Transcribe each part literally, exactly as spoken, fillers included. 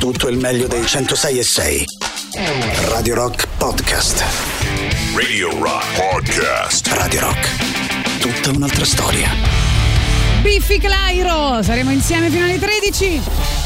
tutto il meglio dei centosei e sei. Radio Rock Podcast. Radio Rock Podcast. Radio Rock. Tutta un'altra storia. Biffi Clyro, saremo insieme fino alle tredici.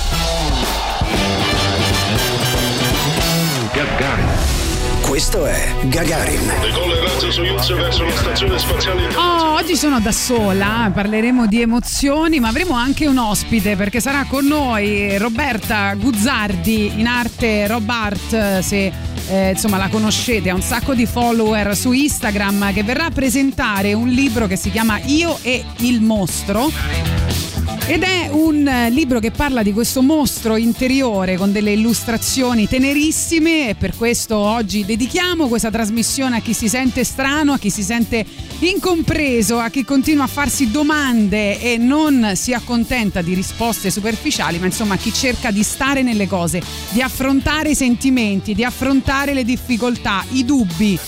Gagarin. Questo è Gagarin. Decolla il razzo Soyuz verso la stazione spaziale internazionale. Oh, oggi sono da sola, parleremo di emozioni, ma avremo anche un ospite perché sarà con noi Roberta Guzzardi, in arte Rob Art, se eh, insomma la conoscete, ha un sacco di follower su Instagram, che verrà a presentare un libro che si chiama Io e il mostro. Ed è un libro che parla di questo mostro interiore con delle illustrazioni tenerissime, e per questo oggi dedichiamo questa trasmissione a chi si sente strano, a chi si sente incompreso, a chi continua a farsi domande e non si accontenta di risposte superficiali, ma insomma a chi cerca di stare nelle cose, di affrontare i sentimenti, di affrontare le difficoltà, i dubbi.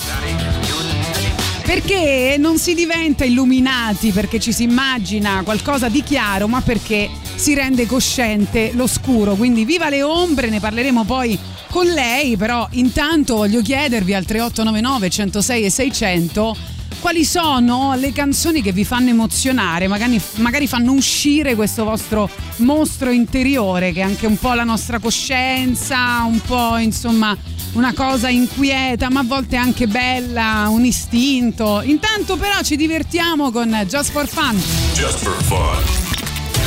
Perché non si diventa illuminati perché ci si immagina qualcosa di chiaro, ma perché si rende cosciente l'oscuro. Quindi viva le ombre, ne parleremo poi con lei, però intanto voglio chiedervi al tre otto nove nove, centosei e seicento quali sono le canzoni che vi fanno emozionare, magari, magari fanno uscire questo vostro mostro interiore, che è anche un po' la nostra coscienza, un po' insomma una cosa inquieta, ma a volte anche bella, un istinto. Intanto però ci divertiamo con Just for Fun. Just for fun.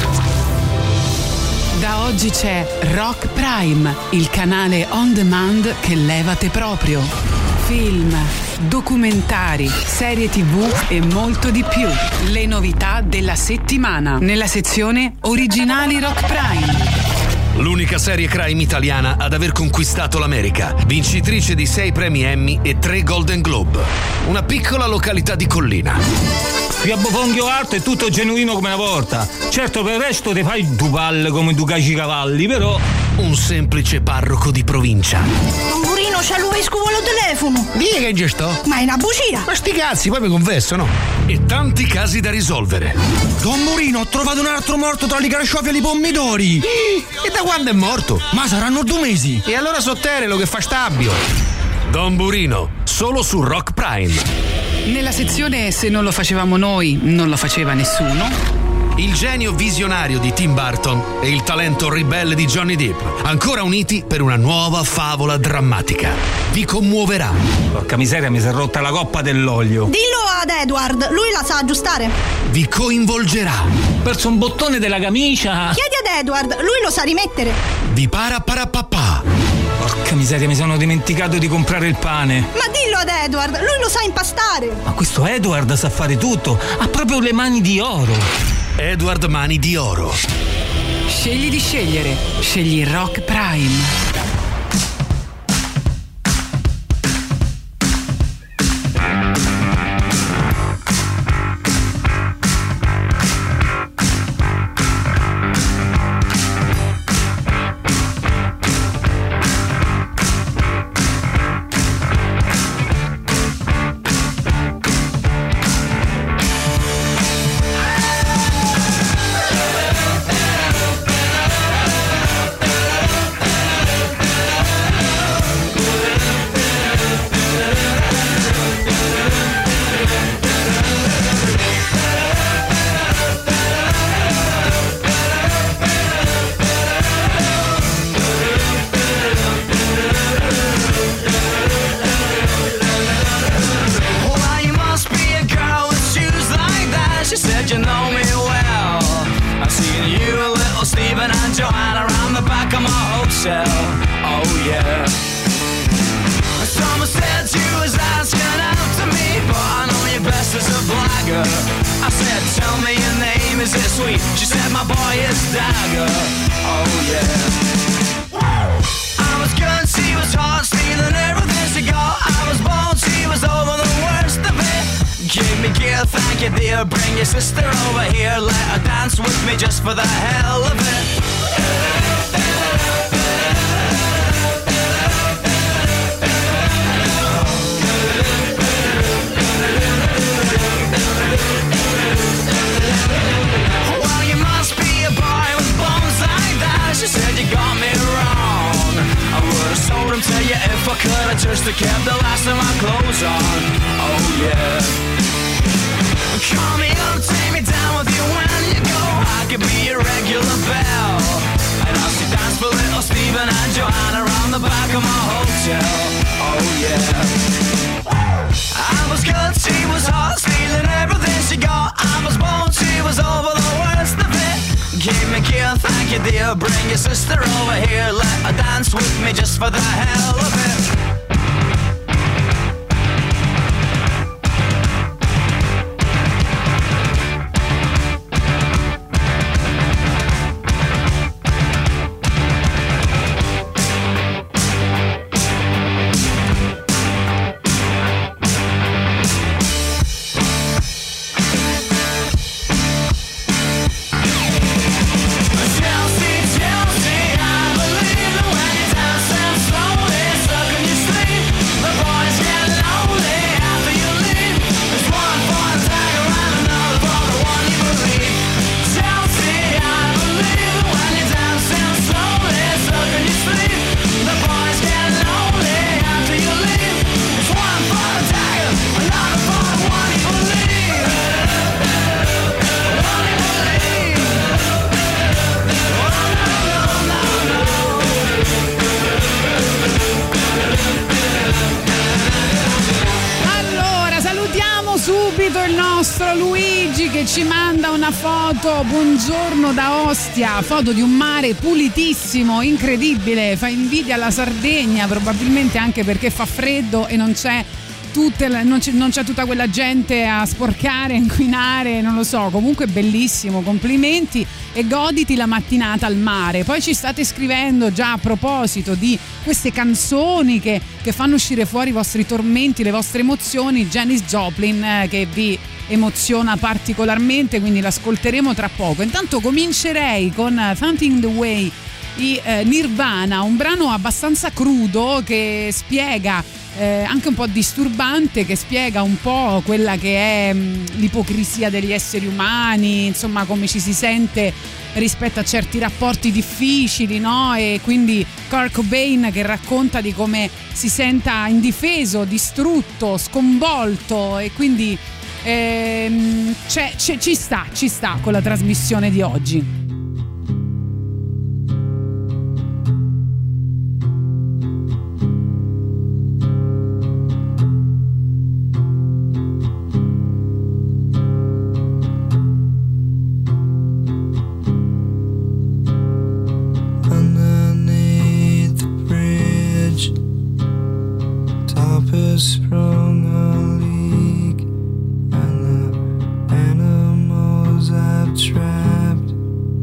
Da oggi c'è Rock Prime, il canale on demand che levate proprio. Film, documentari, serie tivù e molto di più. Le novità della settimana nella sezione Originali Rock Prime. L'unica serie crime italiana ad aver conquistato l'America, vincitrice di sei premi Emmy e tre Golden Globe. Una piccola località di collina. Qui a Bofonghio Alto è tutto genuino come una porta. Certo, per il resto te fai due palle come tu caci cavalli, però... Un semplice parroco di provincia. Burino, c'ha lui vescovo allo telefono. Dì che gesto? Ma è una bugia. Ma sti cazzi, poi mi confesso, no? E tanti casi da risolvere. Don Burino, ho trovato un altro morto tra i carciofi e i pomidori. E da quando è morto? Ma saranno due mesi. E allora sotterrelo che fa stabio. Don Burino, solo su Rock Prime. Nella sezione Se non lo facevamo noi, non lo faceva nessuno. Il genio visionario di Tim Burton e il talento ribelle di Johnny Depp, ancora uniti per una nuova favola drammatica. Vi commuoverà. Porca miseria, mi si è rotta la coppa dell'olio. Dillo ad Edward, lui la sa aggiustare. Vi coinvolgerà. Ho perso un bottone della camicia. Chiedi ad Edward, lui lo sa rimettere. Vi para para papà. Porca miseria, mi sono dimenticato di comprare il pane. Ma dillo ad Edward, lui lo sa impastare. Ma questo Edward sa fare tutto, ha proprio le mani di oro. Edward Mani di Oro. Scegli di scegliere. Scegli Rock Prime. Well, you must be a boy with bones like that. She said you got me wrong. tell you if I could, I just have kept the last of my clothes on. Oh yeah. Call me up, take me down with you when you go. I could be your regular belle, and I'll see dance for little Stephen and Joanna around the back of my hotel. Oh yeah. I was good, she was hot, stealing everything she got. I was bold, she was over the worst of it. Give me a kiss, thank you dear. Bring your sister over here, let her dance with me just for the hell of it. Ci manda una foto, buongiorno da Ostia, foto di un mare pulitissimo, incredibile, fa invidia alla Sardegna, probabilmente anche perché fa freddo e non c'è tutte, non c'è, non c'è tutta quella gente a sporcare, a inquinare, non lo so, comunque bellissimo, complimenti e goditi la mattinata al mare. Poi ci state scrivendo già a proposito di queste canzoni che, che fanno uscire fuori i vostri tormenti, le vostre emozioni. Janis Joplin eh, che vi emoziona particolarmente, quindi l'ascolteremo tra poco. Intanto comincerei con Something the Way di eh, Nirvana, un brano abbastanza crudo che spiega eh, anche un po' disturbante, che spiega un po' quella che è mh, l'ipocrisia degli esseri umani, insomma come ci si sente rispetto a certi rapporti difficili, no? E quindi Kurt Cobain che racconta di come si senta indifeso, distrutto, sconvolto, e quindi ehm, c'è, c'è, ci sta, ci sta con la trasmissione di oggi. Sprung a leak, and the animals I've trapped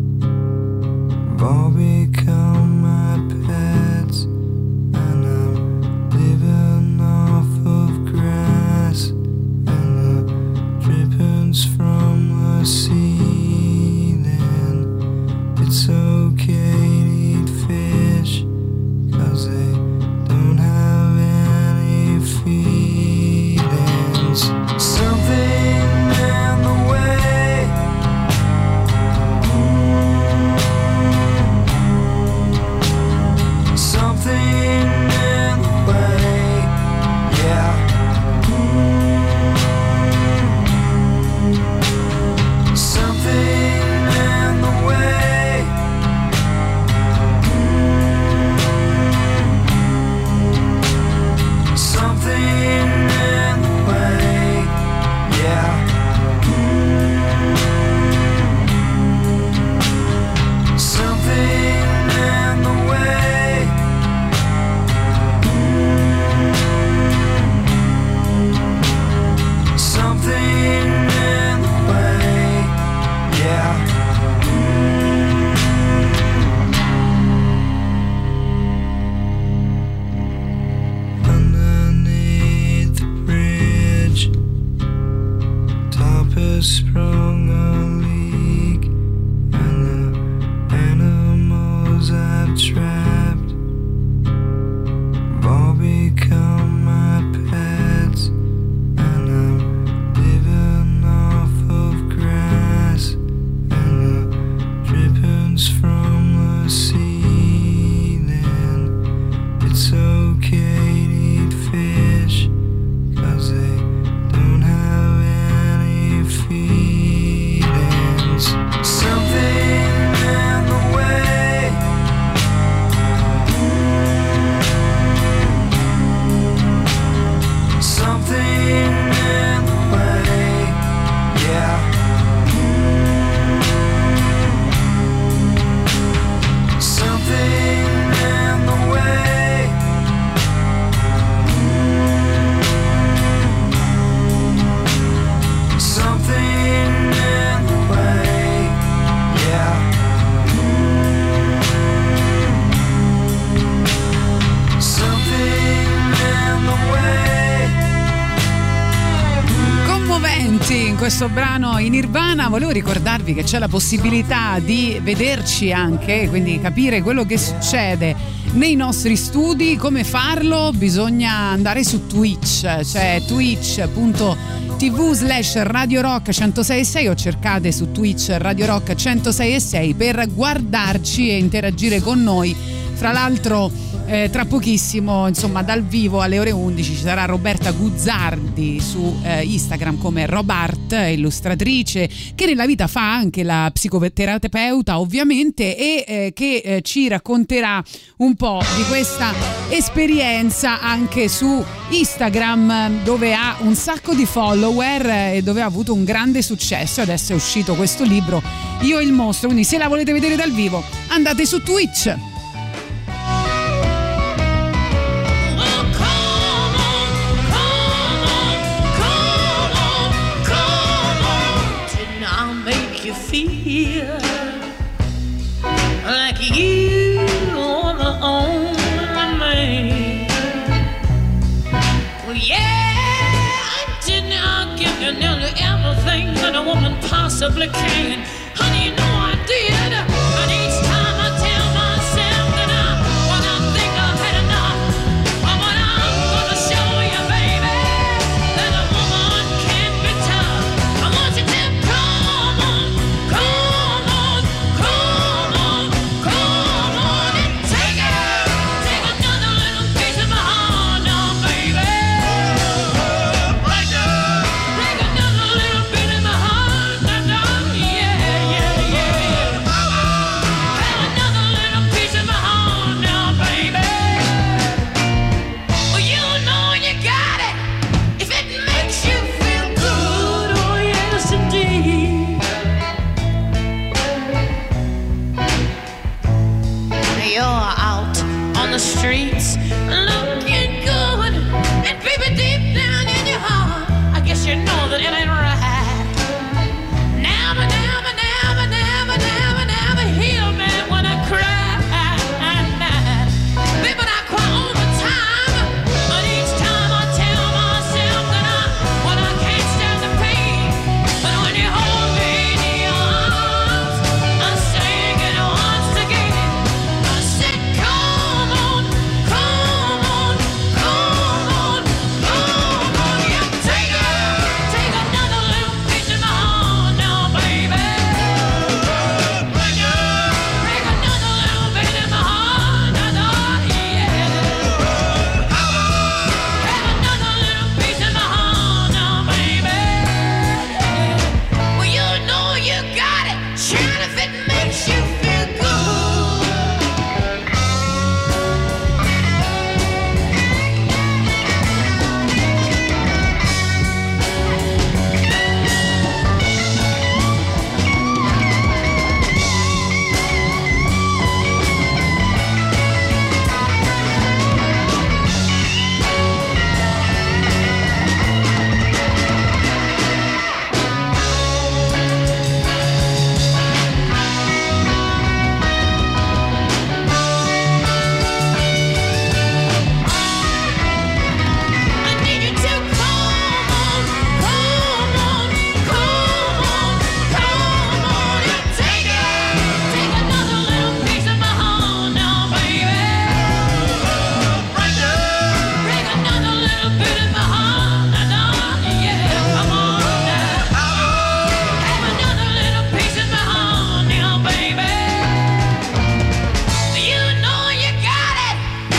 questo brano in Nirvana. Volevo ricordarvi che c'è la possibilità di vederci anche, quindi capire quello che succede nei nostri studi. Come farlo? Bisogna andare su Twitch, cioè twitch punto tv slash Radio Rock centosei e sei, o cercate su Twitch Radio Rock centosei e sei per guardarci e interagire con noi. Fra l'altro eh, tra pochissimo, insomma, dal vivo alle ore undici ci sarà Roberta Guzzardi su eh, Instagram come Robart, illustratrice che nella vita fa anche la psicoterapeuta ovviamente, e eh, che eh, ci racconterà un po' di questa esperienza anche su Instagram, dove ha un sacco di follower e dove ha avuto un grande successo. Adesso è uscito questo libro, Io il mostro, quindi se la volete vedere dal vivo andate su Twitch. Feel like you are the only man. Well, yeah, didn't I give you nearly everything that a woman possibly can? Honey, you know I did. But each time I tell myself that I, when I think I've had enough, but what I'm gonna show you, baby, that a woman can be tough. I want you to come on. Come on, come on, come on and take it. Take another little piece of my heart now, baby. Take another little bit of my heart now, yeah, yeah, yeah. Have another little piece of my heart now, baby. Well, you know you got it if it makes you feel good, oh yes indeed. You're out on the streets looking good, and baby, deep down in your heart, I guess you know that it ain't right. Never, never, never, never, never, never heal me when I cry. Baby, I cry all the time, but each time I tell myself that I, when I can't stand the pain, but when you hold me in your arms, I sing it once again. I said, come on, come on, come on, come on, yeah, take it, take another little piece of my heart now, baby. Bring it, bring another little bit of my heart now, yeah. Have another little piece of my heart now, baby. Well, you know you got it, child, if it makes you feel good. I need you to come on, come on, come on, come on and take it. Take another little piece of my heart now, baby. Bring it, bring another little bit of my heart now, yeah. Come on now. Have another little piece of my heart now, baby. You know you got it.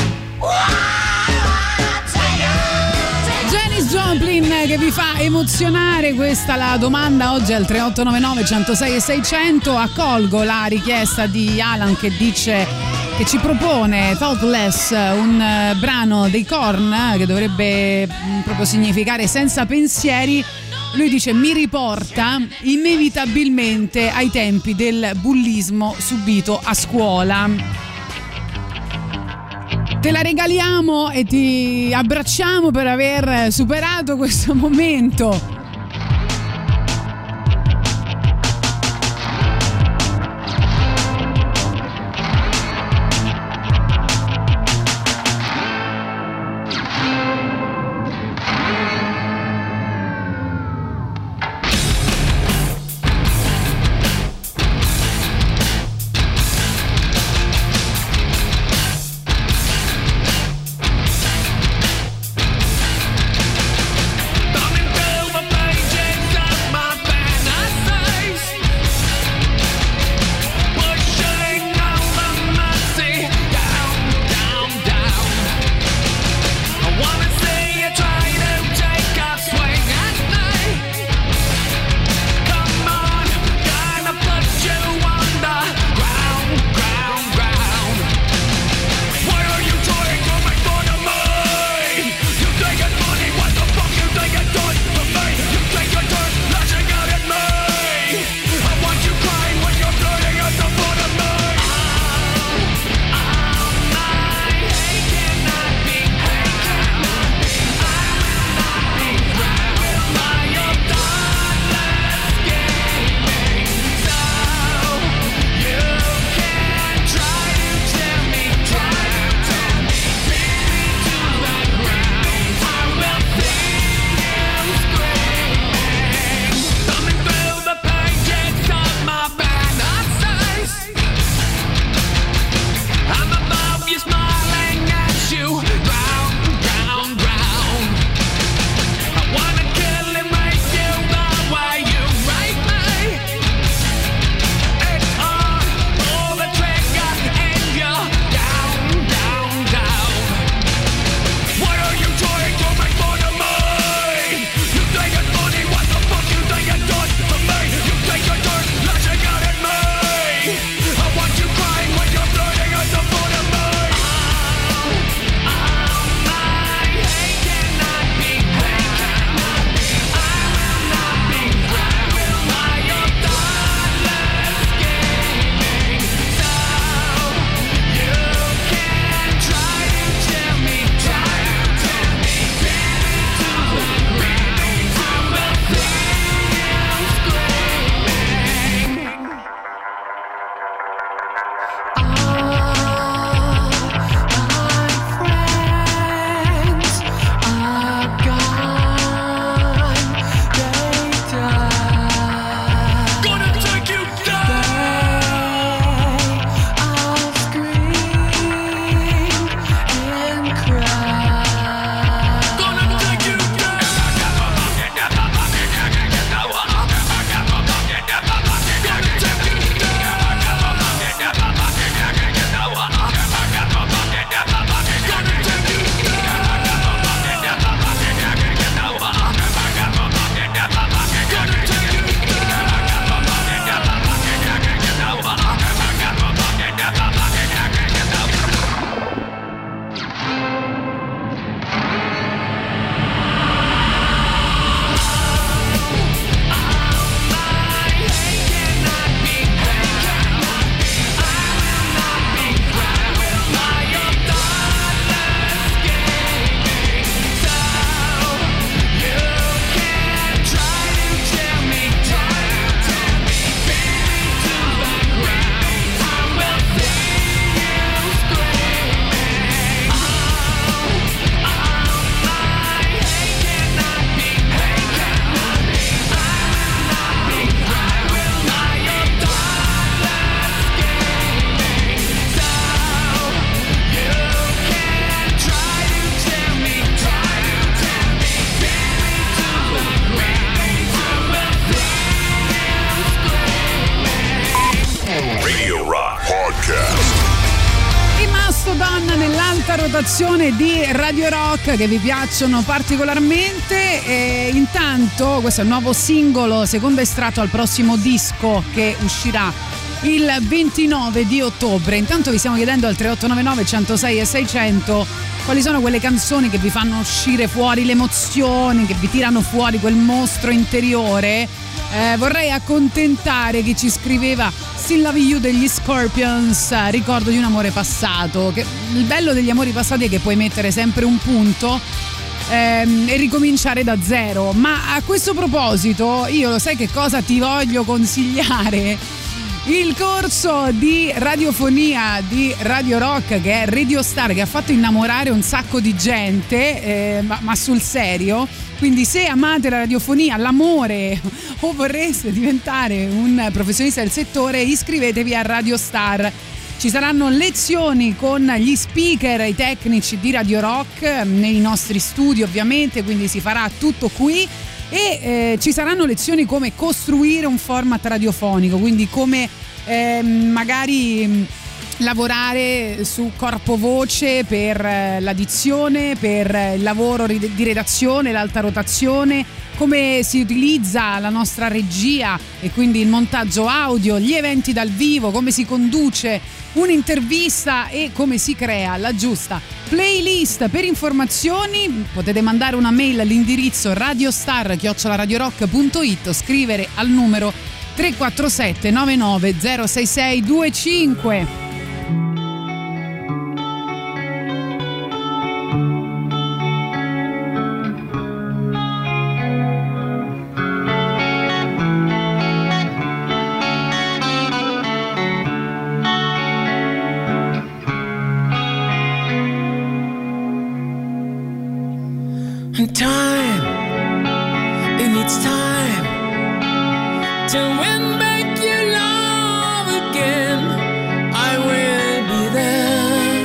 Wow, take it. Janis Joplin che vi fa emozionare. Questa la domanda oggi al tre otto nove nove, centosei e seicento. Accolgo la richiesta di Alan che dice, che ci propone Thoughtless, un eh, brano dei Korn eh, che dovrebbe mh, proprio significare senza pensieri. Lui dice mi riporta inevitabilmente ai tempi del bullismo subito a scuola. Te la regaliamo e ti abbracciamo per aver superato questo momento. alta rotazione di Radio Rock che vi piacciono particolarmente. E intanto questo è il nuovo singolo, secondo estratto al prossimo disco che uscirà il ventinove di ottobre. Intanto vi stiamo chiedendo al tre otto nove nove, centosei e seicento quali sono quelle canzoni che vi fanno uscire fuori le emozioni, che vi tirano fuori quel mostro interiore. Eh, vorrei accontentare chi ci scriveva Still Love You degli Scorpions, ricordo di un amore passato. Che il bello degli amori passati è che puoi mettere sempre un punto ehm, e ricominciare da zero. Ma a questo proposito io lo sai che cosa ti voglio consigliare? Il corso di radiofonia di Radio Rock, che è Radio Star, che ha fatto innamorare un sacco di gente, eh, ma, ma sul serio. Quindi se amate la radiofonia, l'amore o vorreste diventare un professionista del settore, iscrivetevi a Radio Star. Ci saranno lezioni con gli speaker, i tecnici di Radio Rock nei nostri studi ovviamente, quindi si farà tutto qui. E eh, ci saranno lezioni come costruire un format radiofonico, quindi come eh, magari lavorare su corpo voce per eh, la dizione, per eh, il lavoro di redazione, l'alta rotazione, come si utilizza la nostra regia e quindi il montaggio audio, gli eventi dal vivo, come si conduce un'intervista e come si crea la giusta playlist. Per informazioni potete mandare una mail all'indirizzo radiostar chiocciola radiorock punto it o scrivere al numero tre quattro sette nove nove zero sei sei due cinque. Time, it needs time to win back your love again. I will be there.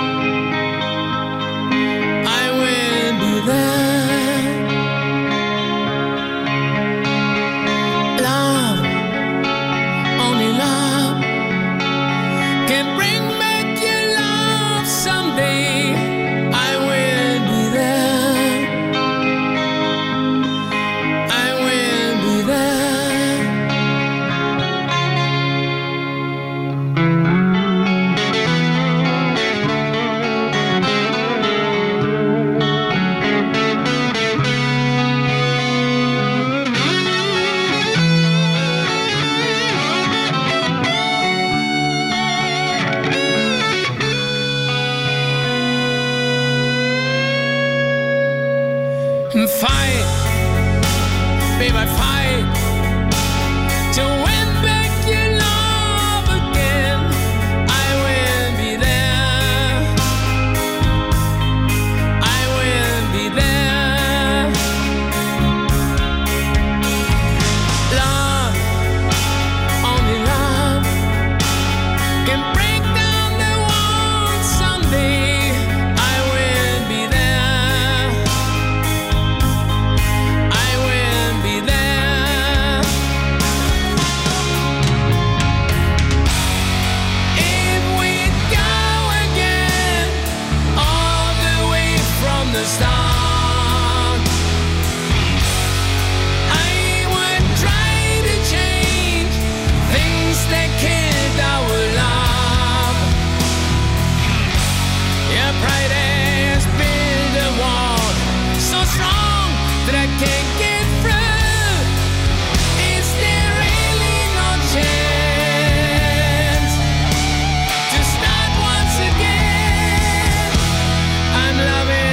I will be there. Love, only love can bring back your love someday. I will be there. Fight, babe, I fight to win back your love again. I will be there. I will be there. Love, only love can break down the walls someday. I will be there. Start. I would try to change things that killed our love. Your pride has built a wall so strong that I can't get through. Is there really no chance to start once again? I'm loving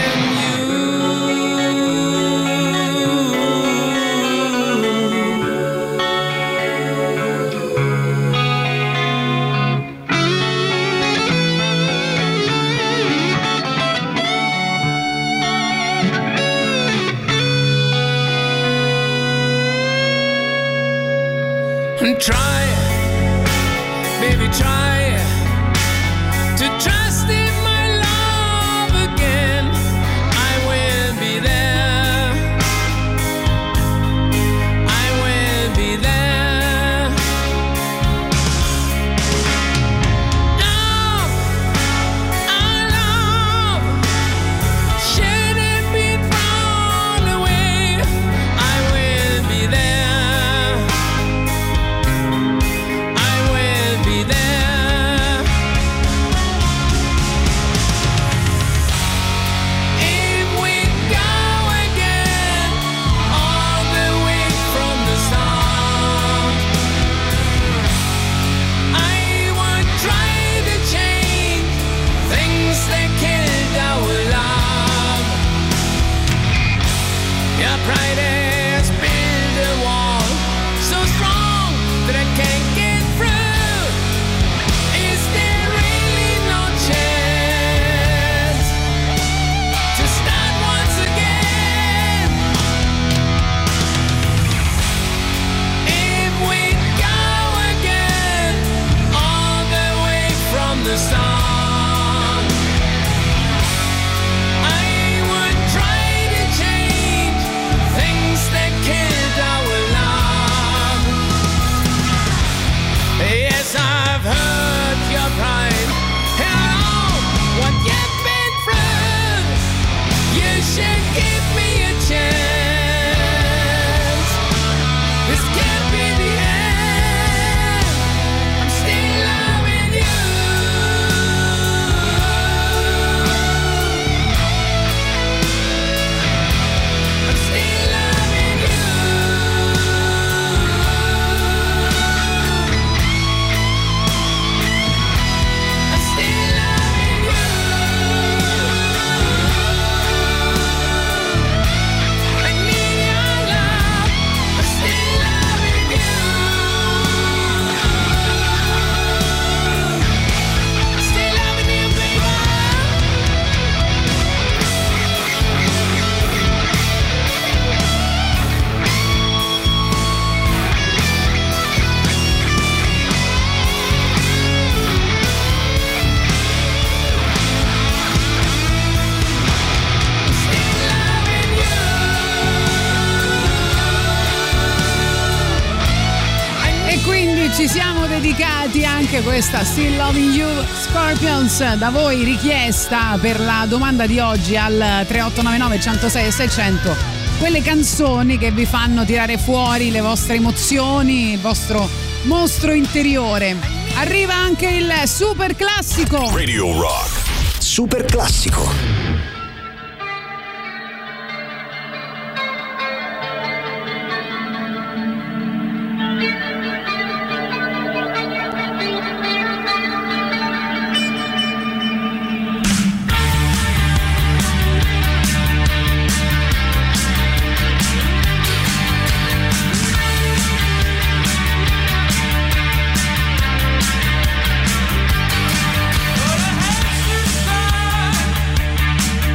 try, baby, try to trust in my love again. I will be there. I will be there. Love, our love pride has built a wall so strong that I can't get through. Is there really no chance to start once again? If we go again all the way from the start, I've heard your pride. Hello, what you've been through. You should give me a chance. This can't be the end. I'm still loving you. I'm still loving you. Ci siamo dedicati anche questa Still Loving You Scorpions, da voi richiesta per la domanda di oggi al tre otto nove nove, centosei e seicento, quelle canzoni che vi fanno tirare fuori le vostre emozioni, il vostro mostro interiore. Arriva anche il super classico Radio Rock Super classico. Well, I had to start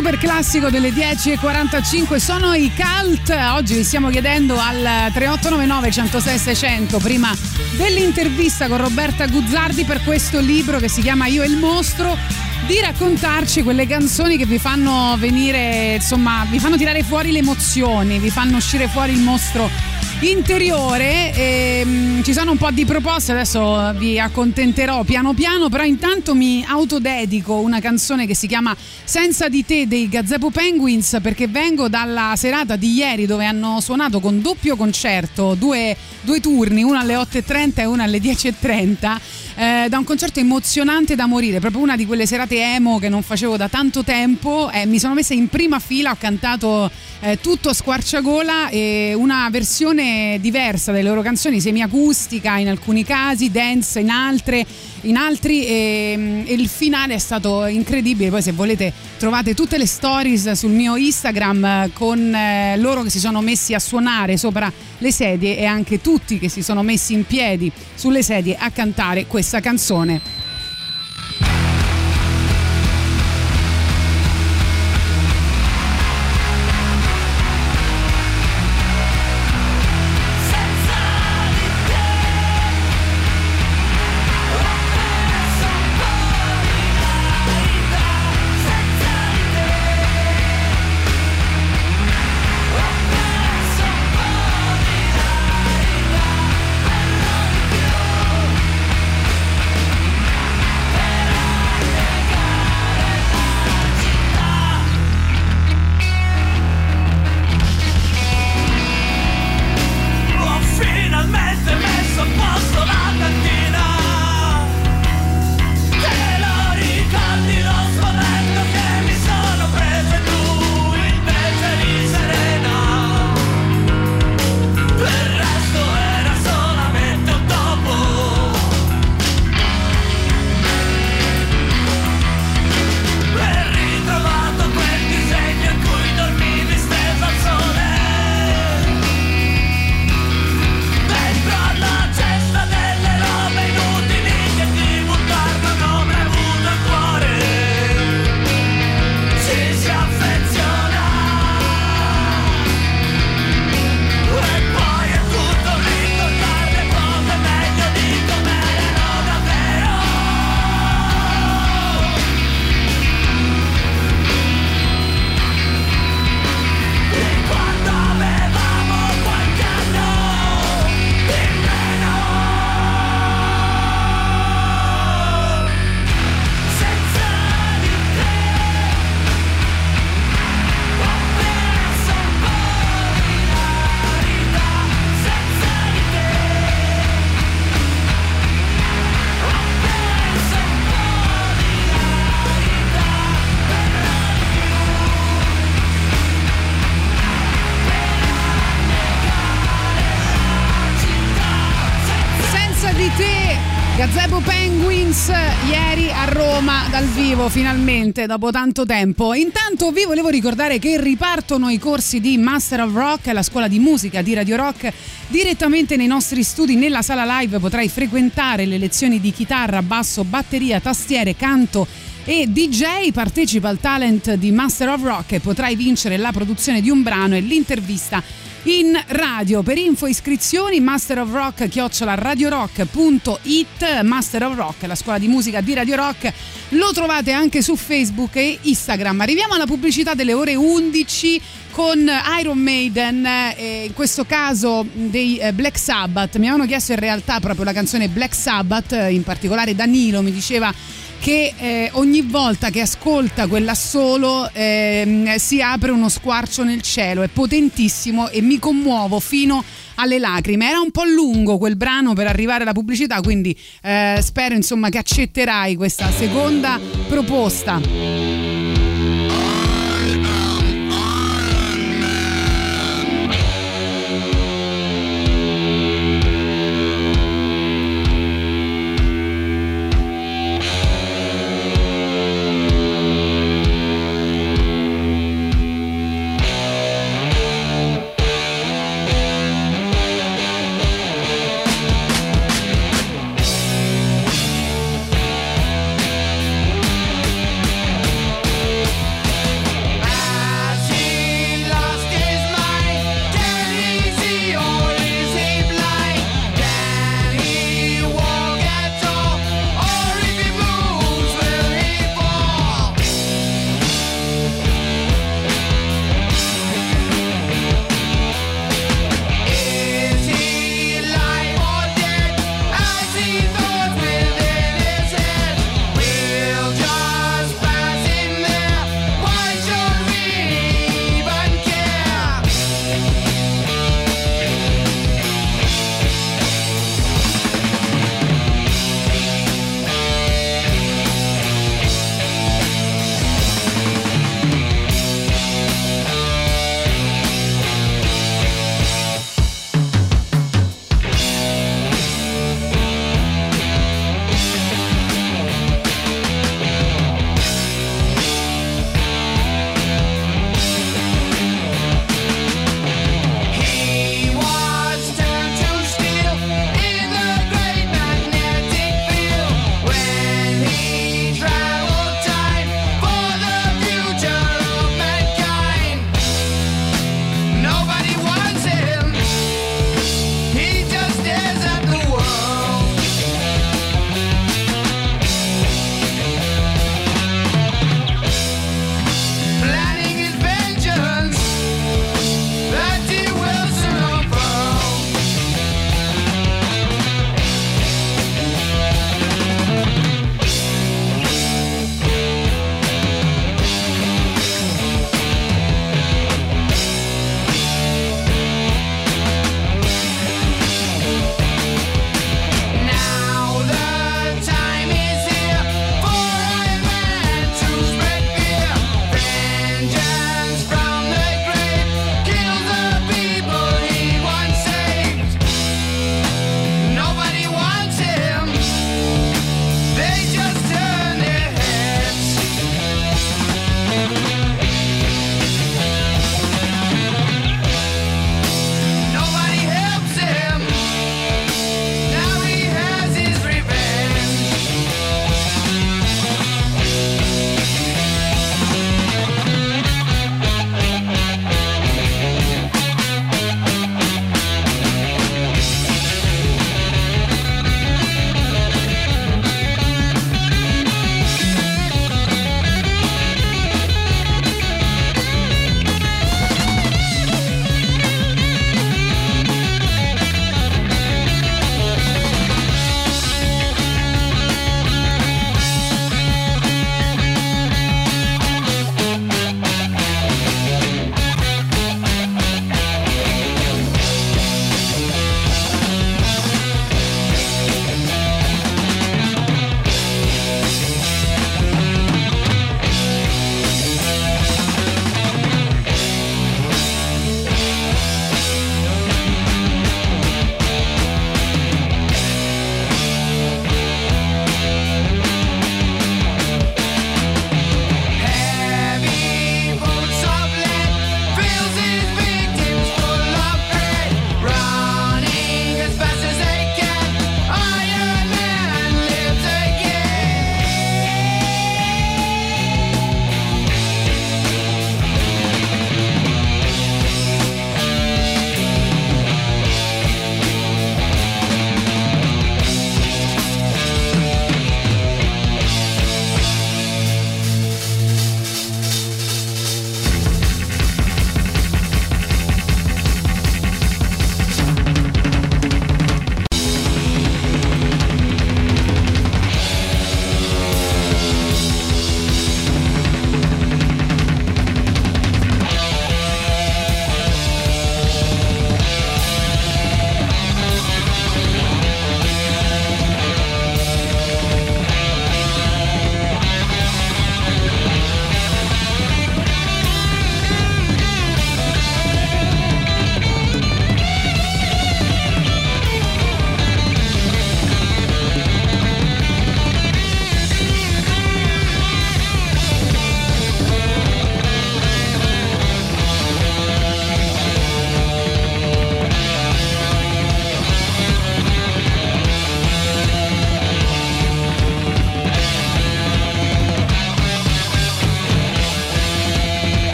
super classico delle dieci e quarantacinque sono i Cult. Oggi vi stiamo chiedendo al tre otto nove nove, uno zero sei, sei zero zero, prima dell'intervista con Roberta Guzzardi per questo libro che si chiama Io e il mostro, di raccontarci quelle canzoni che vi fanno venire, insomma, vi fanno tirare fuori le emozioni, vi fanno uscire fuori il mostro interiore. E, mh, ci sono un po' di proposte, adesso vi accontenterò piano piano, però intanto mi autodedico una canzone che si chiama Senza di te dei Gazebo Penguins, perché vengo dalla serata di ieri dove hanno suonato con doppio concerto, due, due turni, uno alle otto e trenta e uno alle dieci e trenta, eh, da un concerto emozionante da morire, proprio una di quelle serate emo che non facevo da tanto tempo. Eh, mi sono messa in prima fila, ho cantato eh, tutto a squarciagola, e una versione diversa delle loro canzoni, semiacustica in alcuni casi, dance in altre in altri, e, e il finale è stato incredibile. Poi se volete trovate tutte le stories sul mio Instagram con eh, loro che si sono messi a suonare sopra le sedie e anche tutti che si sono messi in piedi sulle sedie a cantare questa canzone. Gazebo Penguins ieri a Roma dal vivo, finalmente dopo tanto tempo. Intanto vi volevo ricordare che ripartono i corsi di Master of Rock, la scuola di musica di Radio Rock. Direttamente nei nostri studi nella sala live potrai frequentare le lezioni di chitarra, basso, batteria, tastiere, canto e D J. Partecipa al talent di Master of Rock e potrai vincere la produzione di un brano e l'intervista in radio. Per info e iscrizioni Master of Rock chiocciola radiorock punto it. Master of Rock, la scuola di musica di Radio Rock, lo trovate anche su Facebook e Instagram. Arriviamo alla pubblicità delle ore undici con Iron Maiden, eh, in questo caso dei eh, Black Sabbath. Mi avevano chiesto in realtà proprio la canzone Black Sabbath, in particolare Danilo mi diceva che eh, ogni volta che ascolta quella solo eh, si apre uno squarcio nel cielo, è potentissimo e mi commuovo fino alle lacrime. Era un po' lungo quel brano per arrivare alla pubblicità, quindi eh, spero insomma che accetterai questa seconda proposta.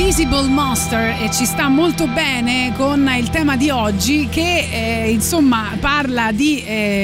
Invisible Monster, e ci sta molto bene con il tema di oggi che eh, insomma parla di,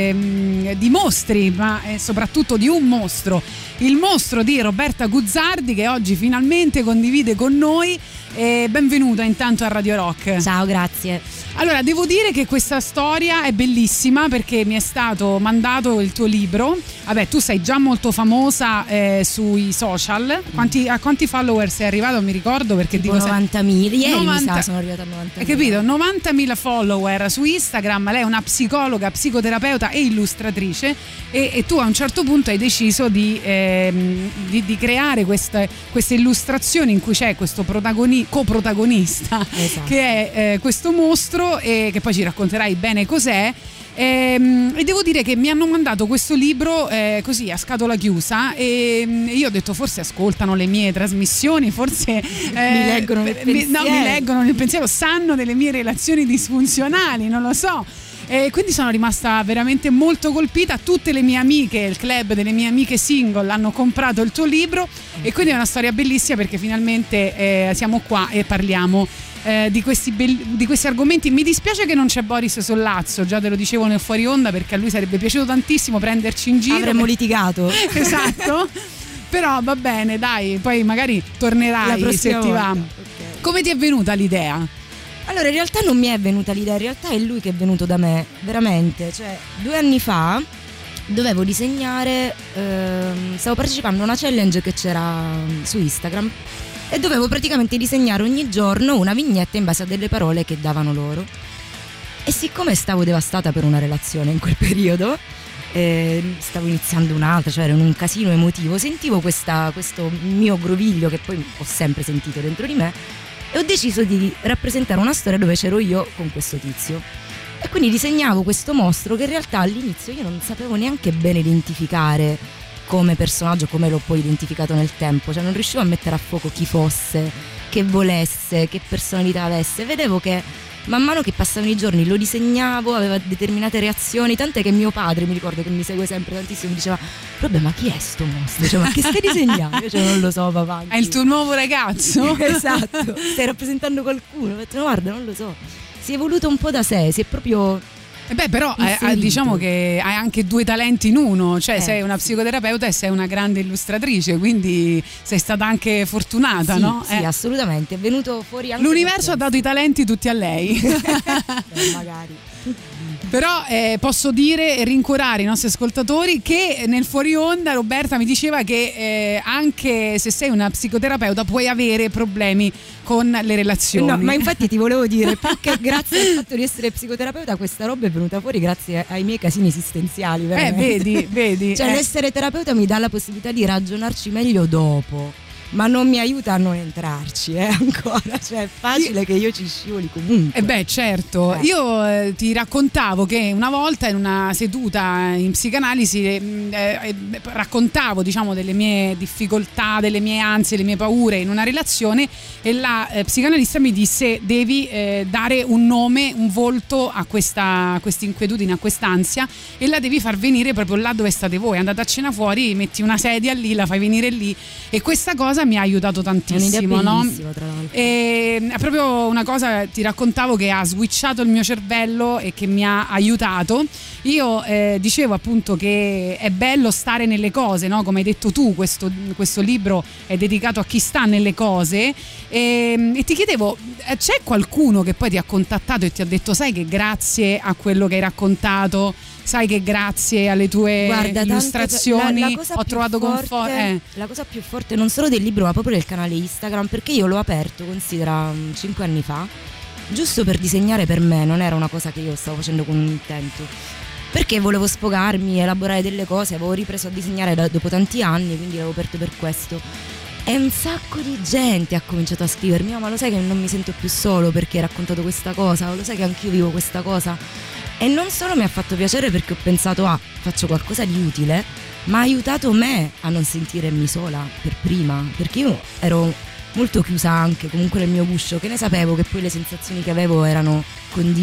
eh, di mostri, ma eh, soprattutto di un mostro, il mostro di Roberta Guzzardi, che oggi finalmente condivide con noi. E benvenuta intanto a Radio Rock. Ciao, grazie. Allora, devo dire che questa storia è bellissima perché mi è stato mandato il tuo libro. Vabbè, tu sei già molto famosa eh, sui social. Quanti, a quanti follower sei arrivato? Non mi ricordo perché tipo dico novantamila. Ieri novanta mi sa sono arrivata a novantamila. Hai capito? novantamila follower su Instagram. Lei è una psicologa, psicoterapeuta e illustratrice. E, e tu a un certo punto hai deciso di, eh, di, di creare queste, queste illustrazioni in cui c'è questo protagonista, coprotagonista, esatto, che è eh, questo mostro, e che poi ci racconterai bene cos'è. E, e devo dire che mi hanno mandato questo libro eh, così a scatola chiusa, e io ho detto forse ascoltano le mie trasmissioni, forse eh, mi leggono nel pensiero. No, mi leggono nel pensiero, sanno delle mie relazioni disfunzionali, non lo so. E quindi sono rimasta veramente molto colpita. Tutte le mie amiche, il club delle mie amiche single, hanno comprato il tuo libro, e quindi è una storia bellissima perché finalmente eh, siamo qua e parliamo eh, di, questi be- di questi argomenti. Mi dispiace che non c'è Boris Sollazzo, già te lo dicevo nel fuori onda, perché a lui sarebbe piaciuto tantissimo prenderci in giro. Avremmo per... litigato. Esatto. Però va bene, dai, poi magari tornerai se ti va. Okay. Come ti è venuta l'idea? Allora, in realtà non mi è venuta l'idea, in realtà è lui che è venuto da me, veramente. Cioè, due anni fa dovevo disegnare, ehm, stavo partecipando a una challenge che c'era su Instagram, e dovevo praticamente disegnare ogni giorno una vignetta in base a delle parole che davano loro. E siccome stavo devastata per una relazione in quel periodo, eh, stavo iniziando un'altra, cioè ero in un casino emotivo, sentivo questa, questo mio groviglio che poi ho sempre sentito dentro di me, e ho deciso di rappresentare una storia dove c'ero io con questo tizio. E quindi disegnavo questo mostro che in realtà all'inizio io non sapevo neanche bene identificare come personaggio, come l'ho poi identificato nel tempo. Cioè non riuscivo a mettere a fuoco chi fosse, che volesse, che personalità avesse. Vedevo che man mano che passavano i giorni lo disegnavo, aveva determinate reazioni, tant'è che mio padre, mi ricordo che mi segue sempre tantissimo, mi diceva: vabbè, ma chi è sto mostro? Cioè, ma che stai disegnando? Io cioè, non lo so, papà. È il tuo nuovo ragazzo? Esatto, stai rappresentando qualcuno? Ho detto: no, guarda, non lo so. Si è evoluto un po' da sé, si è proprio... Eh beh, però eh, diciamo che hai anche due talenti in uno, cioè eh, sei una psicoterapeuta e sei una grande illustratrice, quindi sei stata anche fortunata, sì, no? Sì, eh. assolutamente, è venuto fuori anche... L'universo ha dato i talenti tutti a lei. Beh, magari. Però eh, posso dire e rincuorare i nostri ascoltatori che nel fuori onda Roberta mi diceva che eh, anche se sei una psicoterapeuta puoi avere problemi con le relazioni. No, ma infatti ti volevo dire, perché grazie al fatto di essere psicoterapeuta questa roba è venuta fuori grazie ai miei casini esistenziali, veramente. Eh, vedi, vedi. Cioè eh. l'essere terapeuta mi dà la possibilità di ragionarci meglio dopo, ma non mi aiuta a non entrarci, eh, ancora, cioè è facile io... che io ci scivoli comunque. Eh beh, certo, eh. io eh, ti raccontavo che una volta in una seduta in psicanalisi eh, eh, raccontavo, diciamo, delle mie difficoltà, delle mie ansie, delle mie paure in una relazione, e la eh, psicanalista mi disse: devi eh, dare un nome, un volto a questa inquietudine, a quest'ansia, e la devi far venire proprio là dove state voi. Andate a cena fuori, metti una sedia lì, la fai venire lì, e questa cosa mi ha aiutato tantissimo, no? Tra l'altro. E è proprio una cosa, ti raccontavo, che ha switchato il mio cervello e che mi ha aiutato. Io eh, dicevo appunto che è bello stare nelle cose, no? Come hai detto tu, questo, questo libro è dedicato a chi sta nelle cose, e, e ti chiedevo, c'è qualcuno che poi ti ha contattato e ti ha detto: sai che grazie a quello che hai raccontato, sai che grazie alle tue Guarda, illustrazioni la, la cosa ho trovato conforto. Eh. La cosa più forte non solo del libro ma proprio del canale Instagram, perché io l'ho aperto, considera, cinque anni fa, giusto per disegnare per me, non era una cosa che io stavo facendo con un intento, perché volevo sfogarmi, elaborare delle cose, avevo ripreso a disegnare da, dopo tanti anni, quindi l'avevo aperto per questo. E un sacco di gente ha cominciato a scrivermi: oh, ma lo sai che non mi sento più solo perché hai raccontato questa cosa, lo sai che anch'io vivo questa cosa. E non solo mi ha fatto piacere perché ho pensato: ah, faccio qualcosa di utile, ma ha aiutato me a non sentirmi sola per prima, perché io ero molto chiusa anche comunque nel mio guscio, che ne sapevo che poi le sensazioni che avevo erano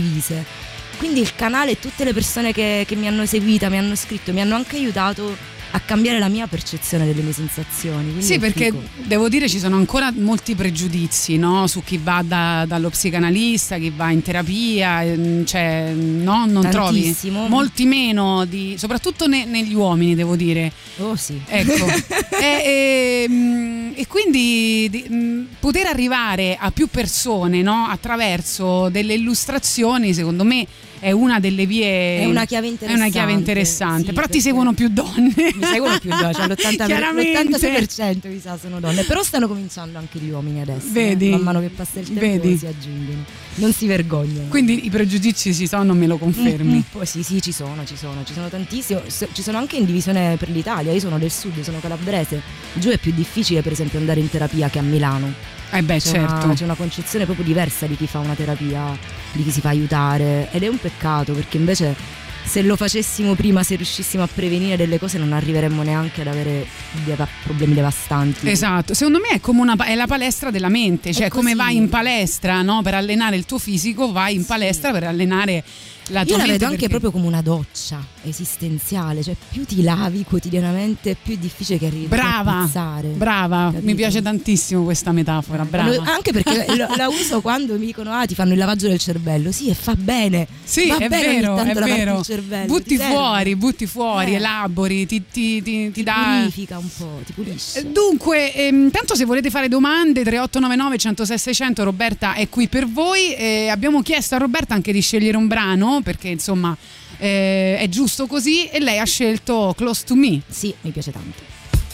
condivise. Quindi il canale e tutte le persone che, che mi hanno seguita, mi hanno scritto, mi hanno anche aiutato a cambiare la mia percezione delle mie sensazioni. Quindi Sì, è perché figo. devo dire ci sono ancora molti pregiudizi, no? Su chi va da- dallo psicanalista, chi va in terapia, ehm, cioè, no? Non trovi? Tantissimo. Molti meno, di, soprattutto ne- negli uomini, devo dire. Oh sì. Ecco. e, e, mh, e quindi di- mh, poter arrivare a più persone, no? Attraverso delle illustrazioni, secondo me è una delle vie. È una chiave È una chiave interessante, interessante. sì, Però ti perché- seguono più donne. Mi seguono più donne, cioè l'ottanta per- Chiaramente. l'ottantasei per cento mi sa sono donne, però stanno cominciando anche gli uomini adesso. Vedi? eh. Man mano che passa il tempo Vedi? si aggiungono. Non si vergognano. Quindi i pregiudizi ci sono, me lo confermi. Mm, mm, poi sì, sì, ci sono, ci sono, ci sono tantissimi. S- Ci sono anche in divisione per l'Italia. Io sono del sud, sono calabrese. Giù è più difficile, per esempio, andare in terapia che a Milano. Eh beh, C'è, certo. una, c'è una concezione proprio diversa di chi fa una terapia, di chi si fa aiutare. Ed è un peccato, perché invece se lo facessimo prima, se riuscissimo a prevenire delle cose, non arriveremmo neanche ad avere deva- problemi devastanti. Esatto, secondo me è come una pa- è la palestra della mente, cioè È come così. vai in palestra, no? Per allenare il tuo fisico, vai in palestra per allenare la tua Io la mente. vedo anche perché- proprio come una doccia esistenziale, cioè più ti lavi quotidianamente, più è difficile che arrivi Brava, a puzzare. brava, mi Capito? piace tantissimo questa metafora, brava. Lo- Anche perché lo- la uso quando mi dicono ah ti fanno il lavaggio del cervello. Sì, e fa bene. Sì, va è bene vero, ogni tanto è lavarti vero. il cervello. Butti ti serve. fuori, butti fuori, Eh. elabori, ti, ti, ti, ti Ti dà. purifica un po', ti pulisce. Dunque, ehm, tanto se volete fare domande, tre otto nove nove, uno zero sei, sei zero zero, Roberta è qui per voi. Eh, abbiamo chiesto a Roberta anche di scegliere un brano, perché insomma eh, è giusto così, e lei ha scelto Close to Me. Sì, mi piace tanto.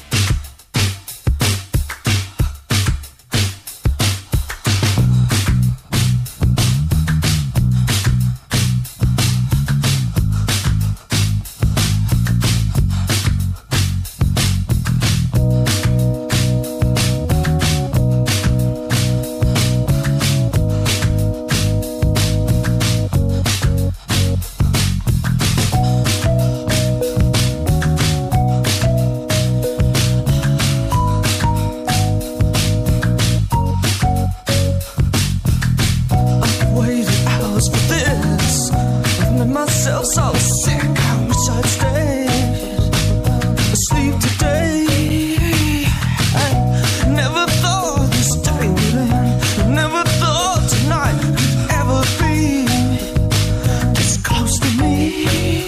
Waited hours for this. I've made myself so sick. I wish I'd stayed asleep today. I never thought this day would end. I never thought tonight could ever be this close to me.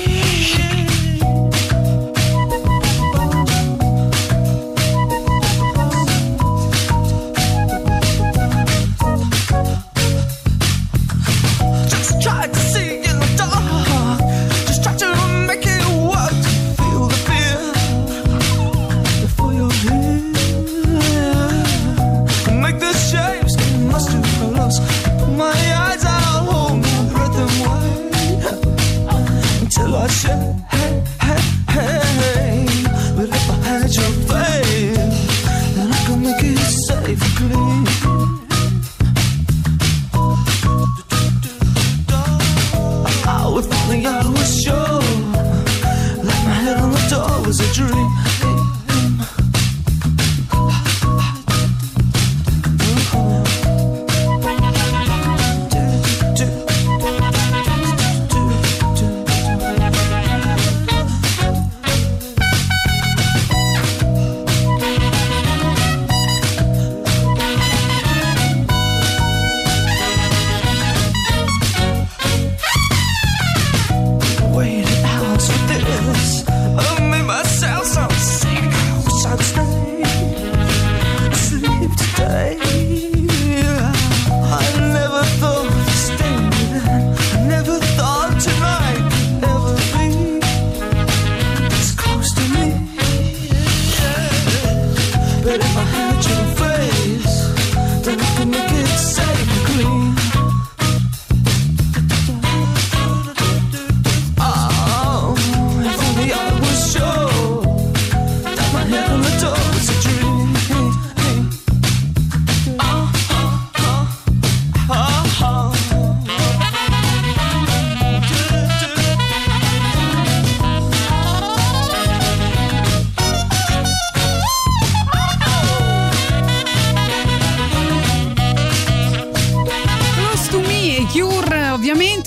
Just tried to see in the dark. Just tried to make it work. Feel the fear before you're here. Make the shapes get lost in colors. Put my eyes out, hold my breath and wait until I say, hey, hey, hey. But if I had your faith, then I could make it safe and clean. Oh, if only I was sure. Like my head on the door was a dream. Waited hours for this. I made myself so sick. I wish I'd stay asleep today. I never thought this day would end. I never thought tonight could ever be this close to me. But if I had your face, then I could make it safe and clean. Oh, if only I was sure that my head on the door was a dream. Oh, oh, oh, oh, oh.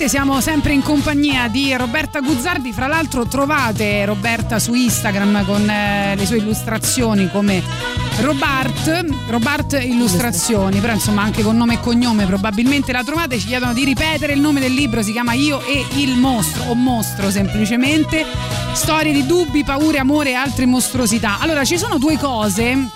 ovviamente siamo sempre in compagnia di Roberta Guzzardi. Fra l'altro trovate Roberta su Instagram con eh, le sue illustrazioni come Robart, Robart Illustrazioni, però insomma anche con nome e cognome probabilmente la trovate. Ci chiedono di ripetere il nome del libro, si chiama Io e il mostro, o mostro semplicemente, storie di dubbi, paure, amore e altre mostruosità. Allora, ci sono due cose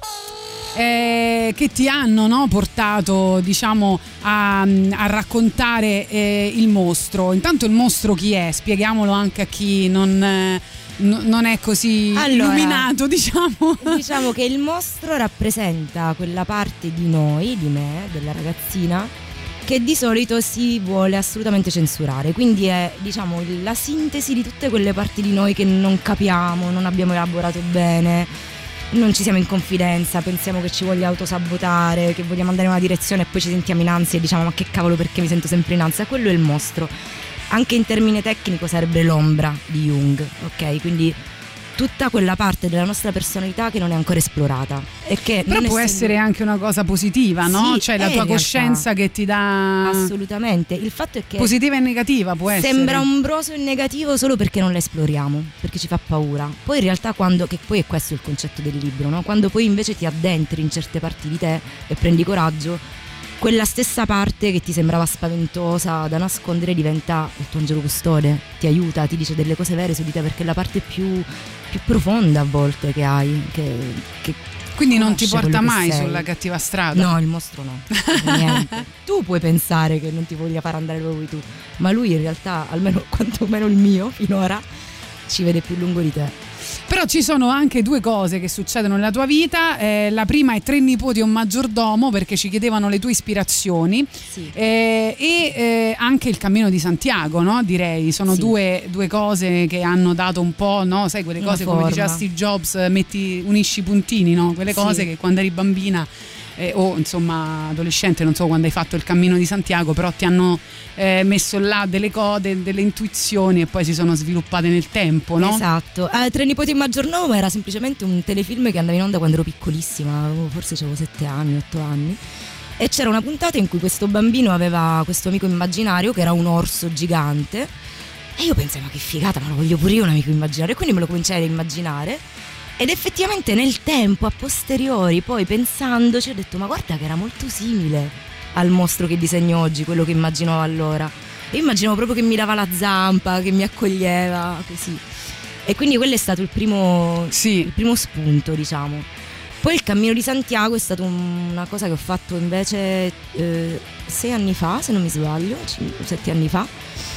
Eh, che ti hanno, no, portato, diciamo, a, a raccontare eh, il mostro. Intanto il mostro chi è? Spieghiamolo anche a chi non, eh, n- non è così allora, illuminato, diciamo. Diciamo che il mostro rappresenta quella parte di noi, di me, della ragazzina, che di solito si vuole assolutamente censurare, quindi è, diciamo, la sintesi di tutte quelle parti di noi che non capiamo, non abbiamo elaborato bene, non ci siamo in confidenza, pensiamo che ci voglia autosabotare, che vogliamo andare in una direzione e poi ci sentiamo in ansia e diciamo ma che cavolo, perché mi sento sempre in ansia. Quello è il mostro. Anche in termine tecnico sarebbe l'ombra di Jung, ok? Quindi tutta quella parte della nostra personalità che non è ancora esplorata e che però non può essendo... essere anche una cosa positiva, no? Sì, cioè la è tua in coscienza realtà. che ti dà Assolutamente. Il fatto è che positiva e negativa, può essere. sembra ombroso e negativo solo perché non la esploriamo, perché ci fa paura. Poi in realtà quando, che poi è questo il concetto del libro, no? Quando poi invece ti addentri in certe parti di te e prendi coraggio, quella stessa parte che ti sembrava spaventosa da nascondere diventa il tuo angelo custode, ti aiuta, ti dice delle cose vere su di te, perché è la parte più, più profonda a volte che hai, che, che quindi non ti porta quello che mai sei. sulla cattiva strada. No, il mostro no, niente. Tu puoi pensare che non ti voglia far andare dove vuoi tu, ma lui in realtà, almeno quantomeno il mio finora, ci vede più lungo di te. Però ci sono anche due cose che succedono nella tua vita. Eh, la prima è Tre nipoti e un maggiordomo, perché ci chiedevano le tue ispirazioni. Sì. Eh, e eh, anche il Cammino di Santiago, no? Direi sono Sì. due, due cose che hanno dato un po', no? Sai, quelle Una cose come forma. diceva Steve Jobs, metti, unisci i puntini, no? Quelle Sì. cose che quando eri bambina eh, o insomma adolescente, non so quando hai fatto il Cammino di Santiago, però ti hanno eh, messo là delle cose, delle intuizioni e poi si sono sviluppate nel tempo, no? Esatto. eh, Tre nipoti e un maggiordomo era semplicemente un telefilm che andava in onda quando ero piccolissima, avevo- forse avevo sette anni, otto anni, e c'era una puntata in cui questo bambino aveva questo amico immaginario che era un orso gigante e io pensai ma che figata, ma lo voglio pure io un amico immaginario, e quindi me lo cominciai ad immaginare. Ed effettivamente nel tempo, a posteriori, poi pensandoci, ho detto ma guarda che era molto simile al mostro che disegno oggi, quello che immaginavo allora. Io immaginavo proprio che mi dava la zampa, che mi accoglieva, così. E quindi quello è stato il primo, Sì. il primo spunto, diciamo. Poi il Cammino di Santiago è stata un- una cosa che ho fatto invece eh, sei anni fa, se non mi sbaglio, cinque, sette anni fa.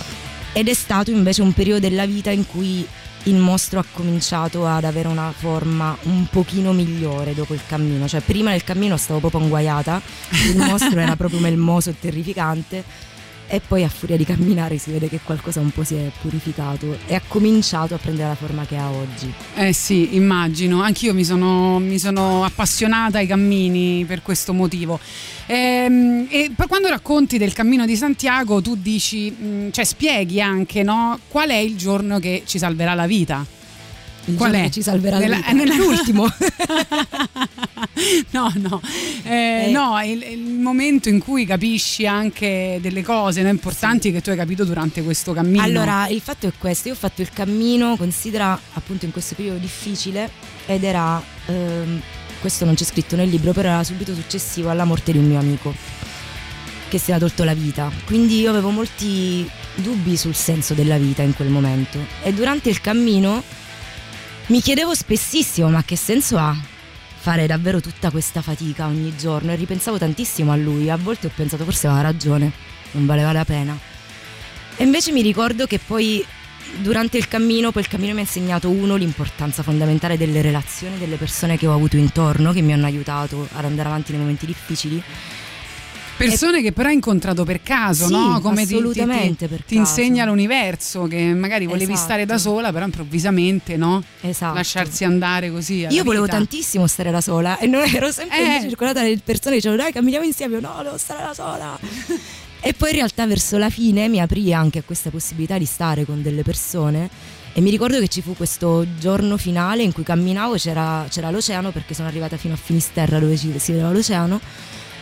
Ed è stato invece un periodo della vita in cui il mostro ha cominciato ad avere una forma un pochino migliore dopo il cammino. Cioè prima del cammino stavo proprio inguaiata, il mostro era proprio melmoso e terrificante, e poi a furia di camminare si vede che qualcosa un po' si è purificato e ha cominciato a prendere la forma che ha oggi. Eh sì, immagino, anch'io mi sono, mi sono appassionata ai cammini per questo motivo. Ehm, e poi quando racconti del Cammino di Santiago tu dici, mh, cioè spieghi anche, no, qual è il giorno che ci salverà la vita? Il Qual giorno è? che ci salverà la Nella- vita. è nella- L'ultimo. No, no, eh, Eh. no, il, il momento in cui capisci anche delle cose, no, importanti che tu hai capito durante questo cammino. Allora, il fatto è questo, io ho fatto il cammino, considera appunto in questo periodo difficile, ed era, ehm, questo non c'è scritto nel libro, però era subito successivo alla morte di un mio amico che si era tolto la vita, quindi io avevo molti dubbi sul senso della vita in quel momento, e durante il cammino mi chiedevo spessissimo ma che senso ha fare davvero tutta questa fatica ogni giorno, e ripensavo tantissimo a lui. A volte ho pensato forse aveva ragione, non valeva la pena. E invece mi ricordo che poi durante il cammino, poi il cammino mi ha insegnato, uno, l'importanza fondamentale delle relazioni, delle persone che ho avuto intorno, che mi hanno aiutato ad andare avanti nei momenti difficili. Persone che però hai incontrato per caso, Sì, no? Come ti- assolutamente ti, per ti caso. insegna l'universo, che magari volevi Esatto. stare da sola, però improvvisamente, no? Esatto. Lasciarsi andare così. alla Io volevo vita. tantissimo stare da sola e non ero sempre Eh. circolata dalle persone che dicevano dai camminiamo insieme, io no, devo stare da sola. E poi in realtà verso la fine mi aprì anche a questa possibilità di stare con delle persone, e mi ricordo che ci fu questo giorno finale in cui camminavo, c'era, c'era l'oceano, perché sono arrivata fino a Finisterra dove ci, si vedeva l'oceano,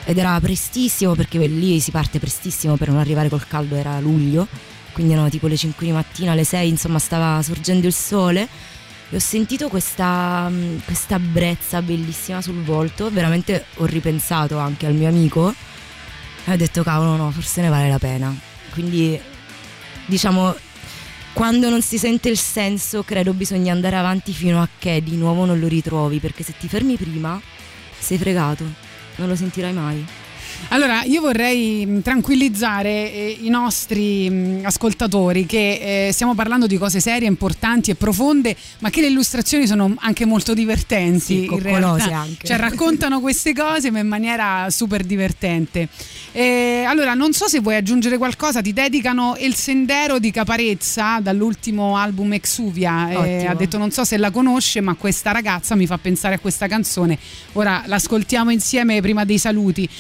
ed era prestissimo, perché lì si parte prestissimo per non arrivare col caldo, era luglio, quindi erano tipo le cinque di mattina, alle sei, insomma stava sorgendo il sole e ho sentito questa, questa brezza bellissima sul volto, veramente ho ripensato anche al mio amico e ho detto cavolo no, forse ne vale la pena. Quindi diciamo, quando non si sente il senso credo bisogna andare avanti fino a che di nuovo non lo ritrovi, perché se ti fermi prima sei fregato, non lo sentirai mai. Allora, io vorrei tranquillizzare eh, i nostri mh, ascoltatori che eh, stiamo parlando di cose serie, importanti e profonde, ma che le illustrazioni sono anche molto divertenti, sì, in realtà. Anche. Cioè raccontano queste cose ma in maniera super divertente. Eh, allora, non so se vuoi aggiungere qualcosa, ti dedicano Il Sendero di Caparezza dall'ultimo album Exuvia, eh, ha detto non so se la conosce, ma questa ragazza mi fa pensare a questa canzone, ora l'ascoltiamo insieme prima dei saluti.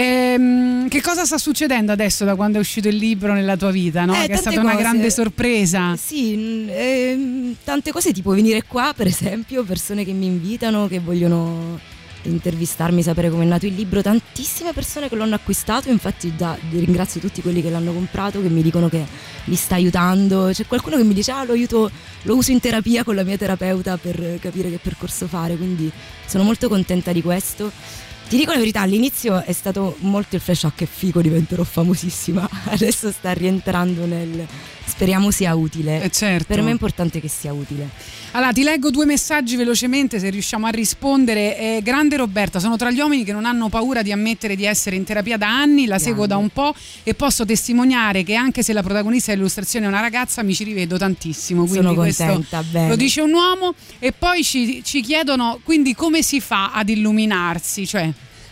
Ehm, che cosa sta succedendo adesso da quando è uscito il libro nella tua vita, no? Eh, che è stata cose. Una grande sorpresa. Sì, ehm, tante cose, tipo venire qua per esempio, persone che mi invitano, che vogliono intervistarmi, sapere come è nato il libro, tantissime persone che lo hanno acquistato, infatti da, ringrazio tutti quelli che l'hanno comprato, che mi dicono che li sta aiutando. C'è qualcuno che mi dice ah lo aiuto, lo uso in terapia con la mia terapeuta per capire che percorso fare, quindi sono molto contenta di questo. Ti dico la verità, all'inizio è stato molto il flash, ah che figo, diventerò famosissima, adesso sta rientrando nel speriamo sia utile. Eh certo. Per me è importante che sia utile. Allora ti leggo due messaggi velocemente se riusciamo a rispondere. Eh, grande Roberta, sono tra gli uomini che non hanno paura di ammettere di essere in terapia da anni, la seguo da un po' e posso testimoniare che anche se la protagonista dell'illustrazione è una ragazza mi ci rivedo tantissimo, quindi sono questo contenta, bene. Lo dice un uomo. E poi ci, ci chiedono quindi come si fa ad illuminarsi, cioè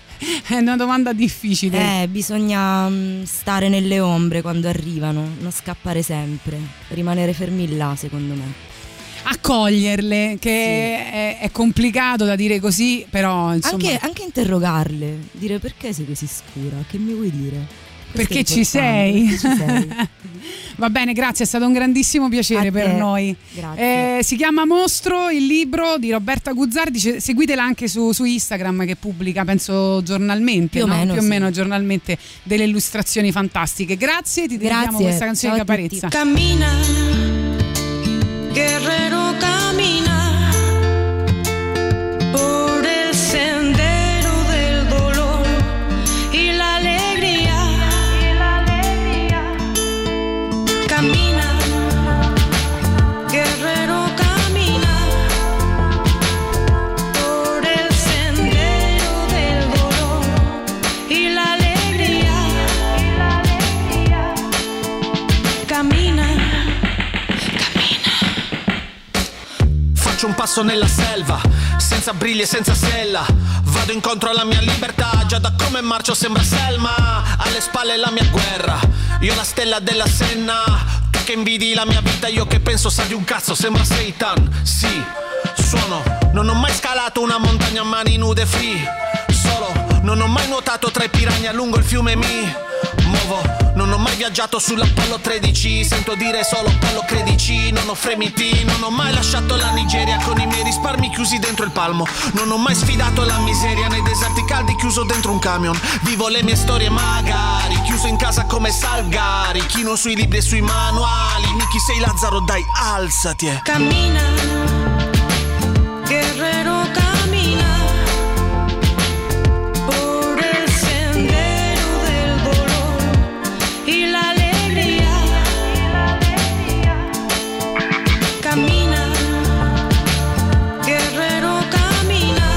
è una domanda difficile. Eh, bisogna mh, stare nelle ombre quando arrivano, non scappare sempre, rimanere fermi là, secondo me. Accoglierle, che sì. è, è complicato da dire così, però insomma. Anche, anche interrogarle, dire perché sei così scura, che mi vuoi dire? Perché ci sei? Perché ci sei. Va bene, grazie, è stato un grandissimo piacere A per te. noi. Grazie. Eh, si chiama Mostro, il libro di Roberta Guzzardi, seguitela anche su, su Instagram che pubblica penso giornalmente, più o no? meno, più o sì. meno giornalmente delle illustrazioni fantastiche. Grazie, ti dedichiamo Grazie. questa canzone Ciao di a Caparezza. Camina, guerrero camina por el sendero del dolor y la alegría, y la alegría. Camina, guerrero camina por el sendero del dolor y la alegría, y la alegría. Camina. Faccio un passo nella selva, senza briglie, senza sella. Vado incontro alla mia libertà, già da come marcio sembra Selma. Alle spalle la mia guerra, io la stella della Senna. Tu che invidi la mia vita, io che penso sa di un cazzo, sembra Satan. Sì, suono, non ho mai scalato una montagna a mani nude free. Solo, non ho mai nuotato tra i piranha lungo il fiume Mi muovo, non ho mai viaggiato sull'Apollo tredici. Sento dire solo Apollo credici, non ho fremiti. Non ho mai lasciato la Nigeria con i miei risparmi chiusi dentro il palmo. Non ho mai sfidato la miseria nei deserti caldi chiuso dentro un camion. Vivo le mie storie magari, chiuso in casa come Salgari. Chino sui libri e sui manuali. Miki sei Lazzaro, dai alzati eh. Camina, guerrero camina por el sendero del dolor y la alegría, y la alegría. Camina, guerrero camina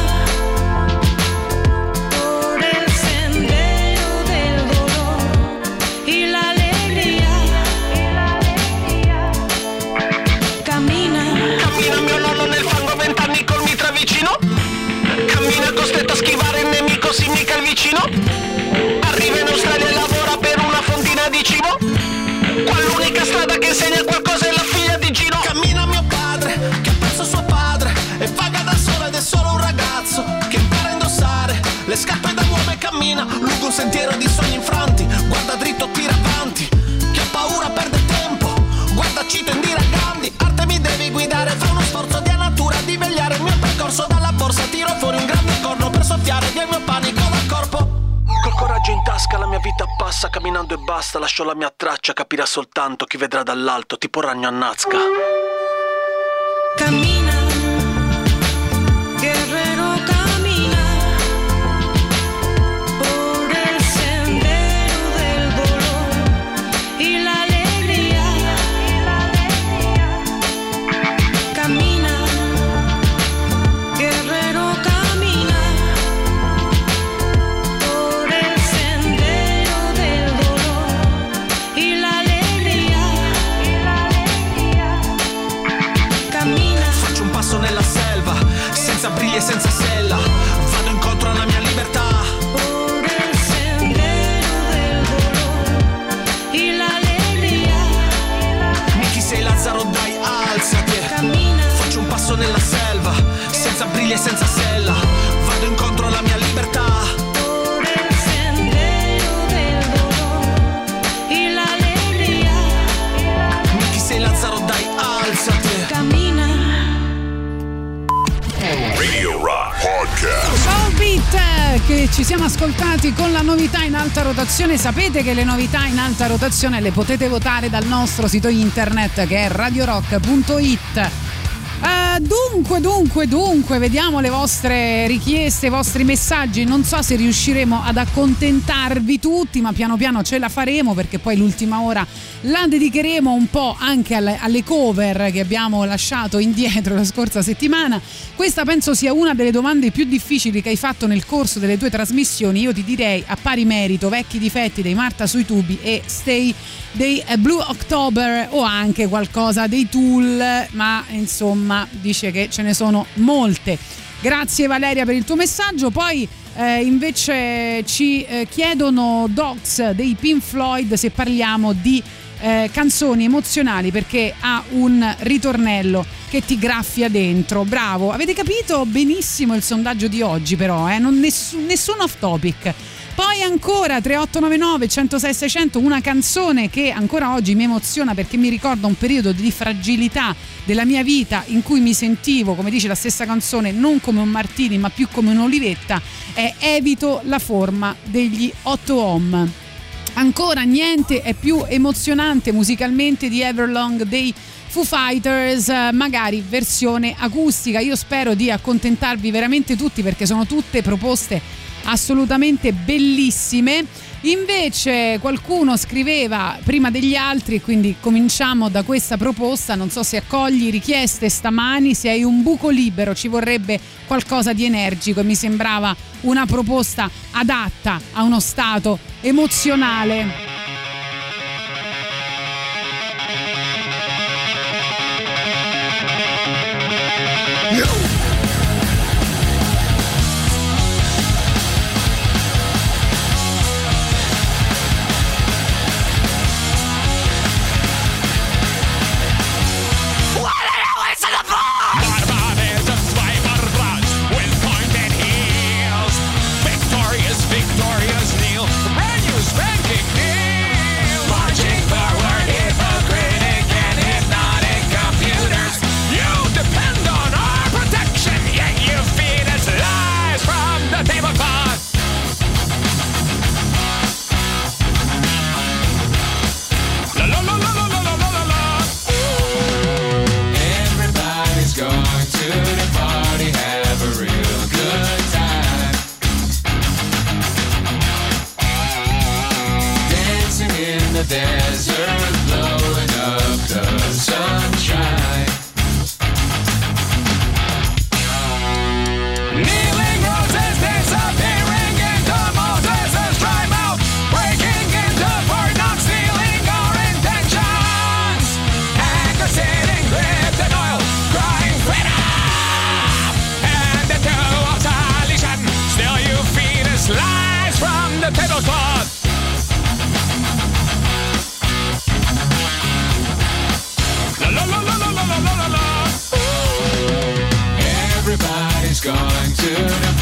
por el sendero del dolor y la alegría, y la alegría. Camina, cammina mio nonno nel fango, vent'anni col mitra vicino. Cammina costretto a schivare il nemico, si mica il vicino. Arriva in Australia e lavora per una fontina di cibo. Qua l'unica strada che insegna qualcosa è la figlia di Gino. Cammina mio padre, che ha perso suo padre, e vaga da solo ed è solo un ragazzo che impara a indossare le scarpe da uomo e cammina lungo un sentiero di sogni infranti. Guarda dritto, tira avanti, chi ha paura perde tempo. Guarda Cito Indira Gandhi, arte mi devi guidare. Fra uno sforzo di natura di vegliare il mio percorso dalla borsa. Tiro fuori un grande corno per soffiare via il mio panico dal corpo. Col camminando e basta, lascio la mia traccia, capirà soltanto chi vedrà dall'alto, tipo ragno a Nazca. Camina, guerrero, camina por el sendero del dolor y la alegría. Camina, guerrero, camina por el sendero del dolor y la alegría. Camina. Faccio un passo nella selva, senza briglie e senza sella, vado incontro alla mia libertà. Por el sendero del dolor y la alegría. Miki sei Lazzaro, dai alzati. Cammina. Faccio un passo nella selva, senza briglie e senza sella, vado incontro alla mia libertà. Por el sendero del dolor y la alegría. Miki sei Lazzaro, dai alzati. Cammina. Radio Rock Podcast. Soul Beat, che ci siamo ascoltati con la novità in alta rotazione. Sapete che le novità in alta rotazione le potete votare dal nostro sito internet, che è radio rock punto it. Uh, dunque, dunque, dunque, vediamo le vostre richieste, i vostri messaggi. Non so se riusciremo ad accontentarvi tutti, ma piano piano ce la faremo, perché poi l'ultima ora la dedicheremo un po' anche alle, alle cover che abbiamo lasciato indietro la scorsa settimana. Questa penso sia una delle domande più difficili che hai fatto nel corso delle tue trasmissioni. Io ti direi a pari merito Vecchi difetti dei Marta sui tubi e Stay dei Blue October, o anche qualcosa dei Tool, ma insomma dice che ce ne sono molte. Grazie Valeria per il tuo messaggio. Poi eh, invece ci eh, chiedono Docs dei Pink Floyd se parliamo di eh, canzoni emozionali, perché ha un ritornello che ti graffia dentro. Bravo, avete capito benissimo il sondaggio di oggi, però eh? non nessun, nessun off topic. Poi ancora tre otto nove nove, uno zero sei, sei zero zero, una canzone che ancora oggi mi emoziona perché mi ricorda un periodo di fragilità della mia vita in cui mi sentivo, come dice la stessa canzone, non come un Martini ma più come un'olivetta. È Evito la forma degli otto ohm. Ancora niente è più emozionante musicalmente di Everlong dei Foo Fighters, magari versione acustica. Io spero di accontentarvi veramente tutti, perché sono tutte proposte assolutamente bellissime. Invece qualcuno scriveva prima degli altri, quindi cominciamo da questa proposta. Non so se accogli richieste stamani, se hai un buco libero, ci vorrebbe qualcosa di energico e mi sembrava una proposta adatta a uno stato emozionale. Victorious kneel, brand new spanking deal. Marching forward, hypocritic and hypnotic computers. You depend on our protection, yet you feed us lies from the tablecloth. La la la la la la la la la. Everybody's going to the party, have a real good time. In the desert, blowing up the sunshine. Kneeling roses disappearing into Moses' dry mouth, breaking into Fort Knox, stealing our intentions. Anchor sitting, gripped in oil, crying freedom. And the two of solution, still you feed us lies from the tablecloth. La la la la la la la la. Everybody's going to the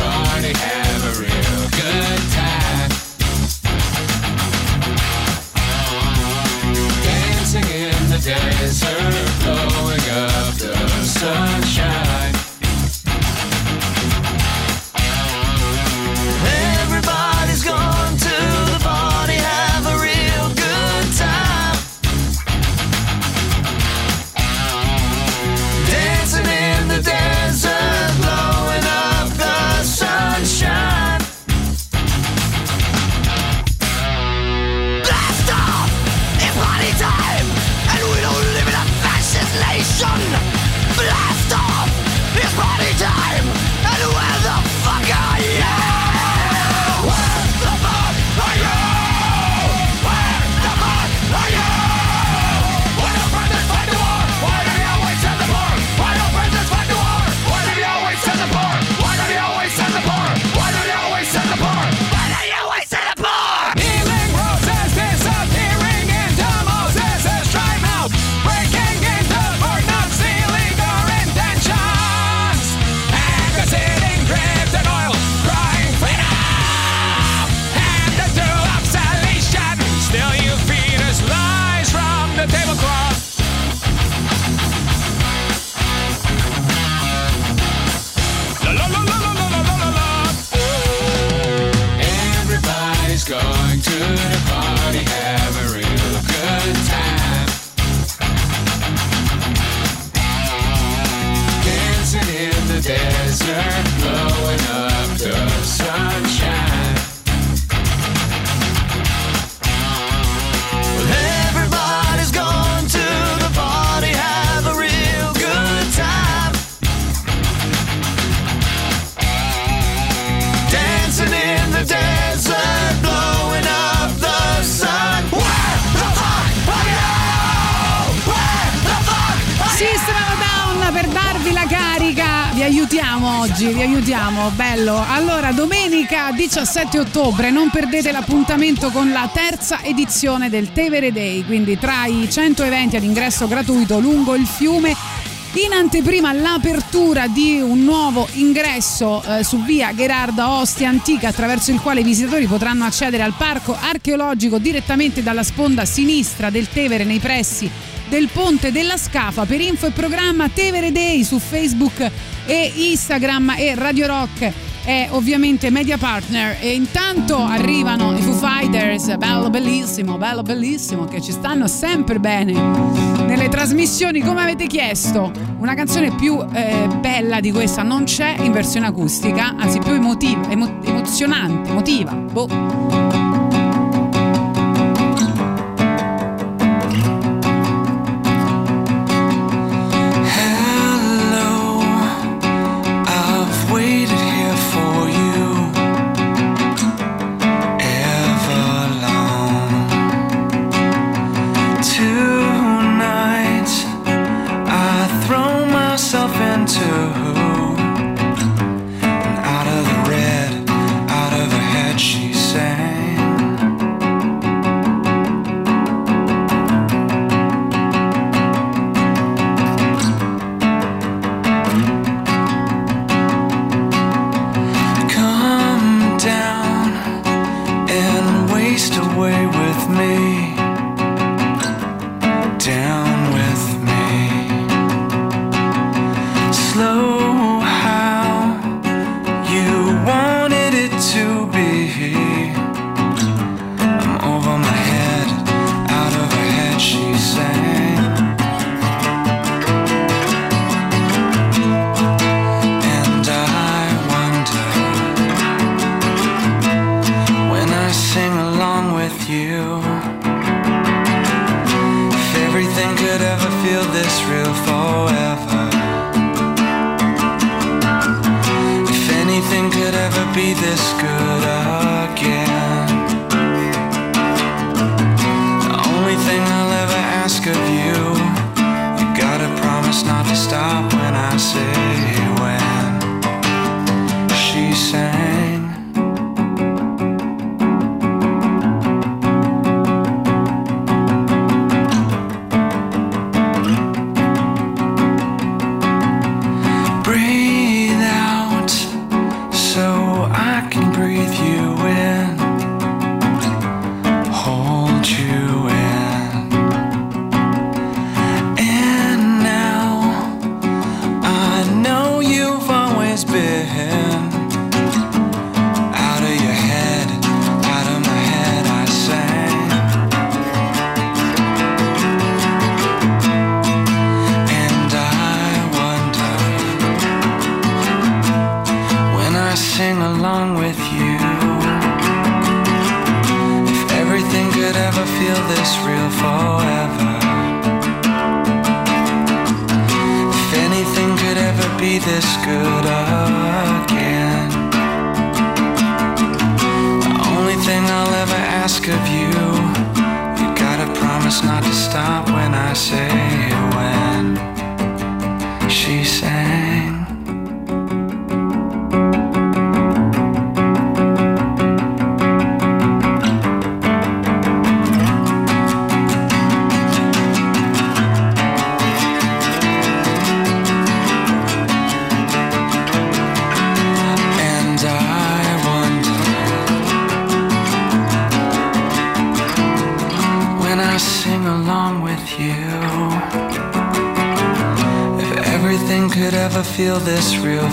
to the party, have a real good time. Dancing in the desert, blowing up the sunshine. Well, everybody's going to the party, have a real good time. Dancing in the desert, blowing up the sun. Where the fuck are you? Where the fuck are you? System of a Down per darvi la carica. Vi aiutiamo oggi, vi aiutiamo, bello. Allora, domenica diciassette ottobre non perdete l'appuntamento con la terza edizione del Tevere Day, quindi tra i cento eventi ad ingresso gratuito lungo il fiume, in anteprima l'apertura di un nuovo ingresso eh, su via Gherardo a Ostia Antica, attraverso il quale i visitatori potranno accedere al parco archeologico direttamente dalla sponda sinistra del Tevere, nei pressi del Ponte della Scafa. Per info e programma Tevere Day su Facebook e Instagram, e Radio Rock è ovviamente media partner. E intanto arrivano i Foo Fighters, bello bellissimo, bello bellissimo, che ci stanno sempre bene nelle trasmissioni come avete chiesto. Una canzone più eh, bella di questa non c'è in versione acustica, anzi più emotiva, emo- emozionante, emotiva, boh. Feel this real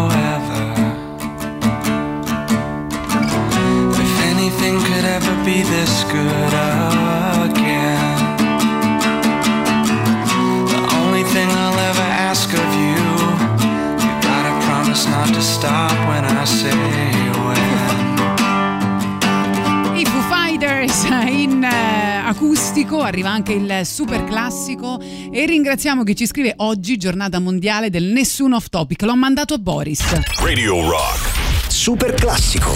forever. If anything could ever be this good again. The only thing I'll ever ask of you, you gotta promise not to stop when I say when. I Foo Fighters in eh, acustico, arriva anche il super classico e ringraziamo chi ci scrive oggi, giornata mondiale del nessun off topic. L'ho mandato a Boris. Radio Rock. Super classico.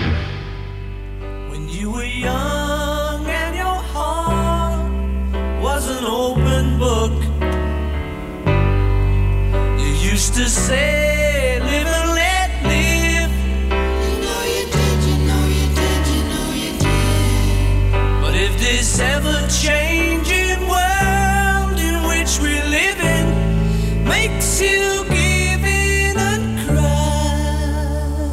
When you were young and your heart was an open book, you used to say, live and let live. You know you did, you know you did, you know you did. But if this ever-changing world in which we live in makes you give in and cry,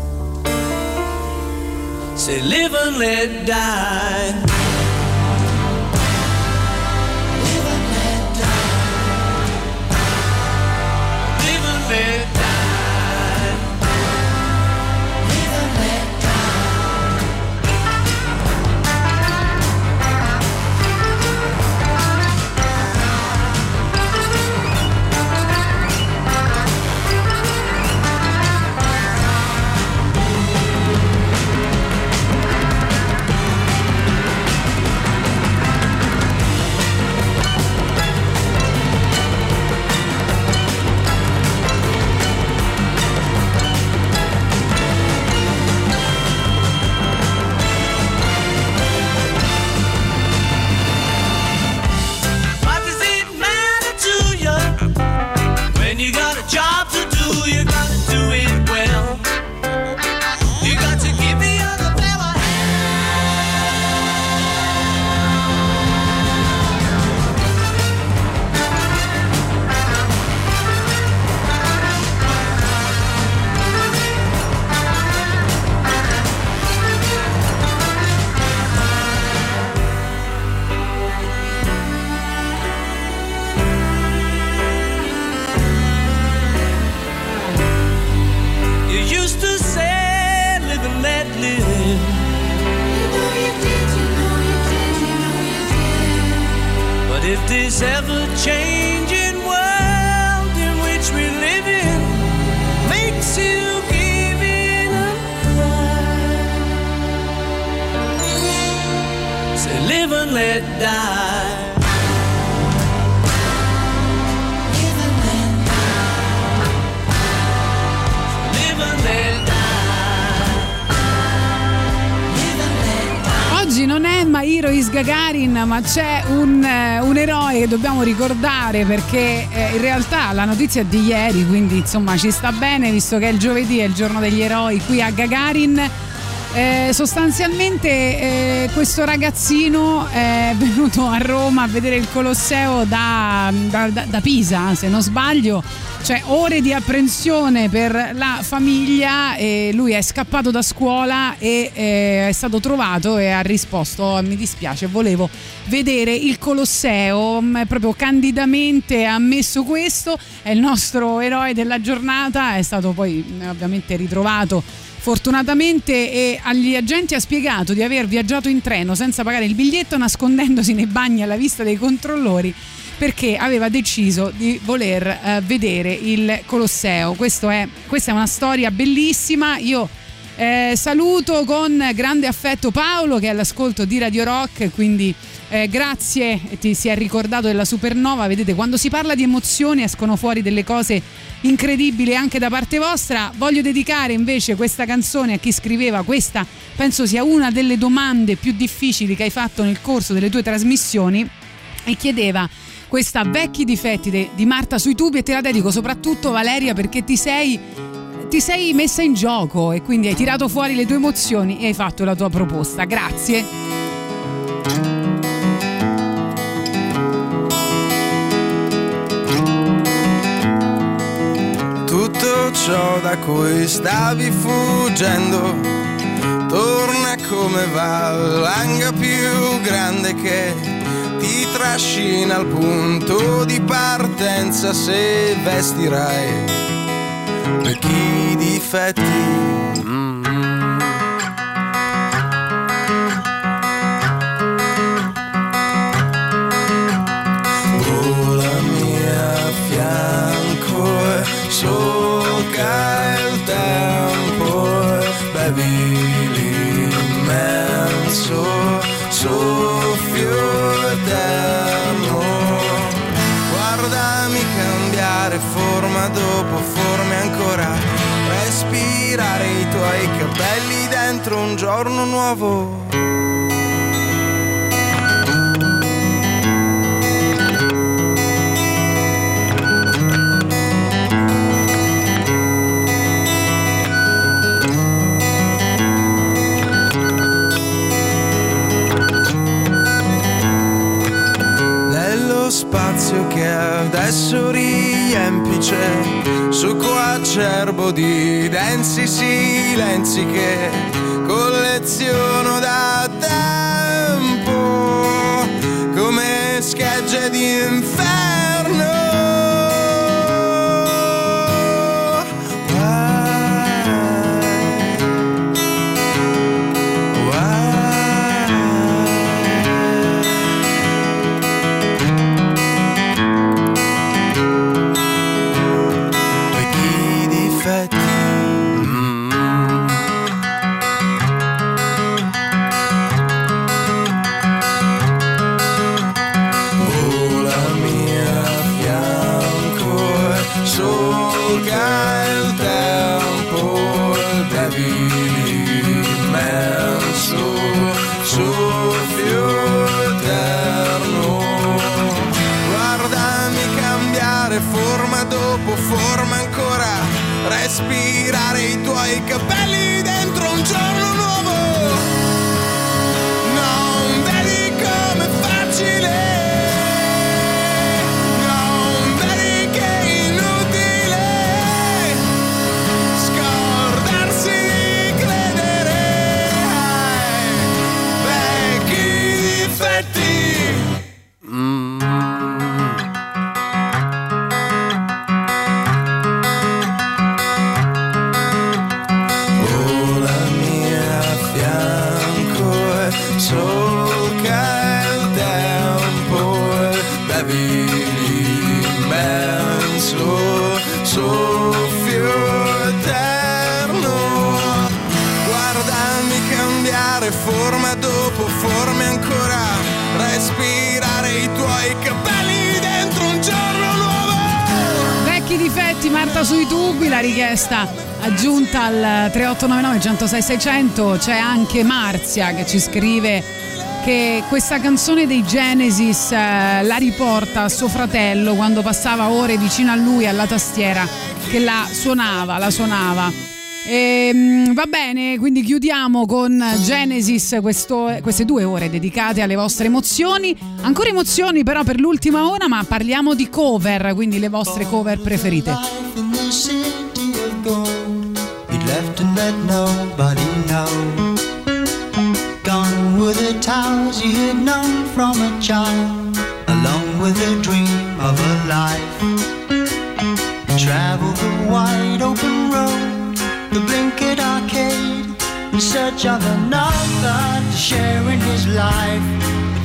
say live and let die. Live and let die. Live and let die. Live and let What does it matter to you? When you got a job to do, you gotta do it well. You got to give the other fella you used to say, live and let live. You know you did, you know you did, you know you did. But if this ever-changing world in which we live in makes you give in and cry, say live and let die. Live and let die. Live and let die. Live and let die. Oggi non è Mahiro is Gagarin, ma c'è un, eh, un eroe che dobbiamo ricordare perché eh, in realtà la notizia è di ieri, quindi insomma ci sta bene visto che è il giovedì, è il giorno degli eroi qui a Gagarin. Eh, sostanzialmente eh, questo ragazzino è venuto a Roma a vedere il Colosseo da, da, da, da Pisa, se non sbaglio. Cioè ore di apprensione per la famiglia e lui è scappato da scuola e eh, è stato trovato e ha risposto oh, mi dispiace, volevo vedere il Colosseo, proprio candidamente ha ammesso questo, è il nostro eroe della giornata, è stato poi ovviamente ritrovato fortunatamente e agli agenti ha spiegato di aver viaggiato in treno senza pagare il biglietto, nascondendosi nei bagni alla vista dei controllori perché aveva deciso di voler eh, vedere il Colosseo. Questo è, questa è una storia bellissima. Io eh, saluto con grande affetto Paolo che è all'ascolto di Radio Rock, quindi eh, grazie, ti si è ricordato della Supernova. Vedete, quando si parla di emozioni escono fuori delle cose incredibili anche da parte vostra. Voglio dedicare invece questa canzone a chi scriveva questa, penso sia una delle domande più difficili che hai fatto nel corso delle tue trasmissioni, e chiedeva questa Vecchi difetti de, di Marta sui tubi, e te la dedico soprattutto Valeria perché ti sei ti sei messa in gioco e quindi hai tirato fuori le tue emozioni e hai fatto la tua proposta. Grazie. Tutto ciò da cui stavi fuggendo torna come valanga più grande che ti trascina al punto di partenza se vestirai vecchi difetti. difetti. Mm. bevi l'immenso soffio eterno. Guardami cambiare forma dopo forma e ancora respirare i tuoi capelli dentro un giorno nuovo. Spazio che adesso riempice, succo acerbo di densi silenzi che colleziono da tempo come schegge di inferno. Forma ancora respirare i tuoi capelli dentro un giorno nuovo. Non vedi com'è facile, non vedi che è inutile scordarsi di credere ai vecchi difetti. Mm. Forma dopo forma ancora respirare i tuoi capelli dentro un giorno nuovo. Vecchi difetti, Marta sui tubi, la richiesta aggiunta al tre otto nove nove, uno zero sei, sei zero zero. C'è anche Marzia che ci scrive che questa canzone dei Genesis eh, la riporta a suo fratello quando passava ore vicino a lui alla tastiera, che la suonava, la suonava. E, va bene, quindi chiudiamo con Genesis questo, queste due ore dedicate alle vostre emozioni. Ancora emozioni però per l'ultima ora, ma parliamo di cover, quindi le vostre cover preferite. Gone were the towers you had known from a child, along with the dream of a life. Travel the wide open road, the blinkered arcade, in search of another to share in his life. But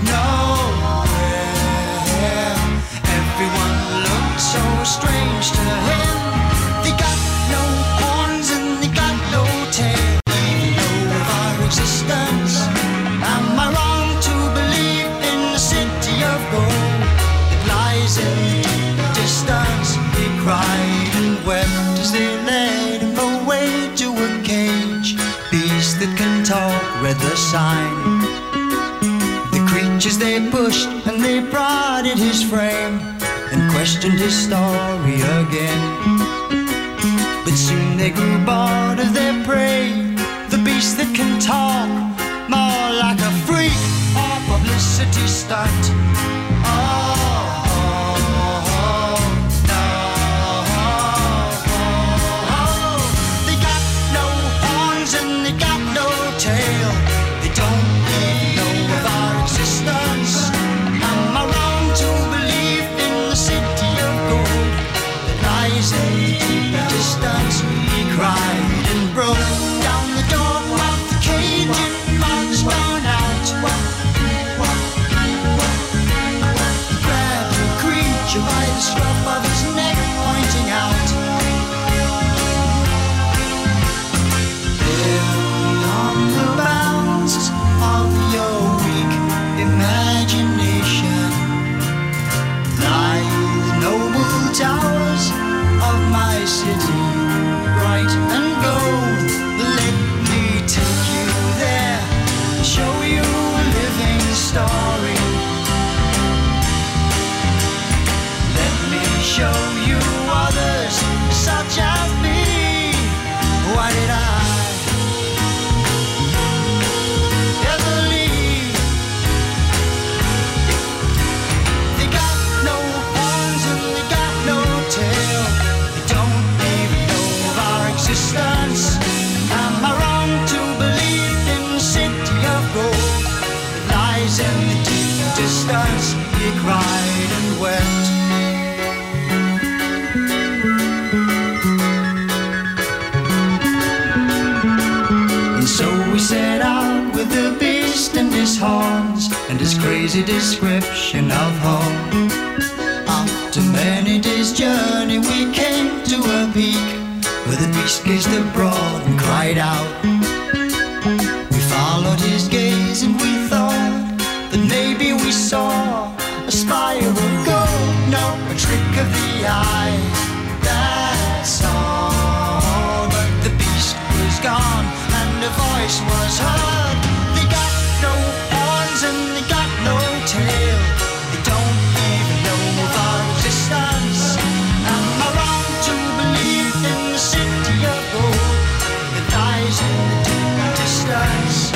nowhere, everyone looked so strange to him. They got no horns and they got no tail. Even though of our existence, am I wrong to believe in the city of gold that lies in the deep distance? He cried and wept as they led him away to a cage. Beast that can talk read the sign. The creatures they pushed and they prodded his frame and questioned his story again. But soon they grew bored of their prey. The beast that can talk, more like a freak or publicity stunt. Oh, distance, he cried and broke. easy description of home. After many days' journey, we came to a peak where the beast gazed abroad and cried out. We followed his gaze and we thought that maybe we saw a spire of gold. No, a trick of the eye, that's all. But the beast was gone and a voice was heard. They got no horns and they got no tail. They don't even know of our existence. Am I wrong to believe in the city of gold that lies in the deep distance?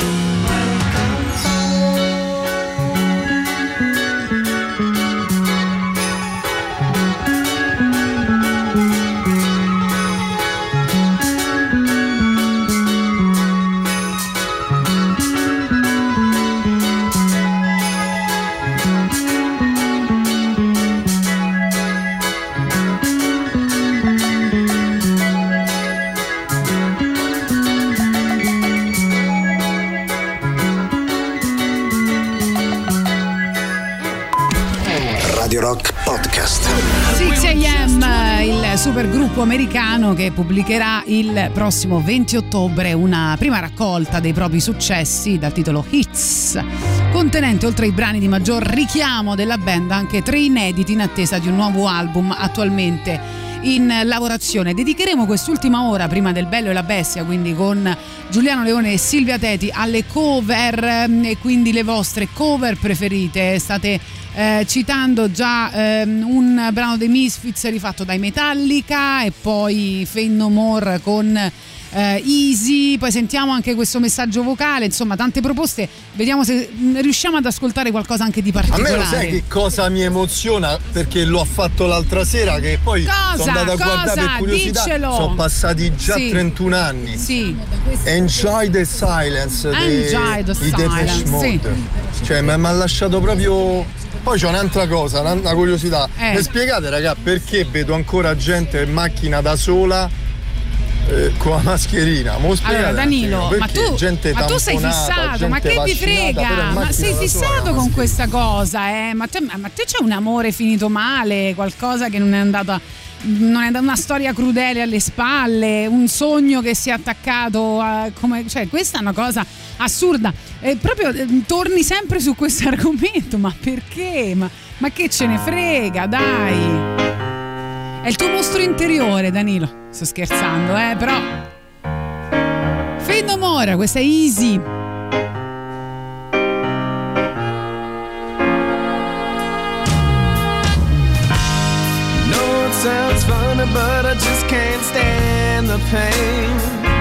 Radio Rock Podcast. sei a emme, il supergruppo americano che pubblicherà il prossimo venti ottobre una prima raccolta dei propri successi dal titolo Hits, contenente oltre ai brani di maggior richiamo della band anche tre inediti in attesa di un nuovo album attualmente in lavorazione. Dedicheremo quest'ultima ora prima del Bello e la Bestia, quindi con Giuliano Leone e Silvia Teti, alle cover, e quindi le vostre cover preferite. State eh, citando già eh, un brano dei Misfits rifatto dai Metallica e poi Fade No More con eh, Easy, poi sentiamo anche questo messaggio vocale, insomma tante proposte, vediamo se riusciamo ad ascoltare qualcosa anche di particolare. A me lo sai che cosa mi emoziona, perché l'ho fatto l'altra sera, che poi cosa? sono andato a Cosa? guardare per curiosità. Diccelo. Sono passati già Sì. trentuno anni. Sì. Enjoy the Silence Enjoy the di Depeche Silence, Mode. sì. Cioè mi ha lasciato proprio. Poi c'è un'altra cosa, una, una curiosità. Eh. Mi spiegate, raga, perché vedo ancora gente in macchina da sola eh, con la mascherina? Mo spiegate Allora un Danilo, attimo, ma perché tu, gente ma tu sei tamponata, fissato, ma gente che ti vaccinata, frega? però in Ma macchina sei da sola, fissato la con questa cosa, eh? Ma te, ma te c'è un amore finito male, qualcosa che non è andata, non è andata, una storia crudele alle spalle, un sogno che si è attaccato a, come, cioè questa è una cosa assurda. E proprio eh, torni sempre su questo argomento, ma perché? Ma, ma che ce ne frega, dai. È il tuo mostro interiore, Danilo. Sto scherzando, eh, però Fade No More, questa è Easy. No, it sounds funny, but I just can't stand the pain.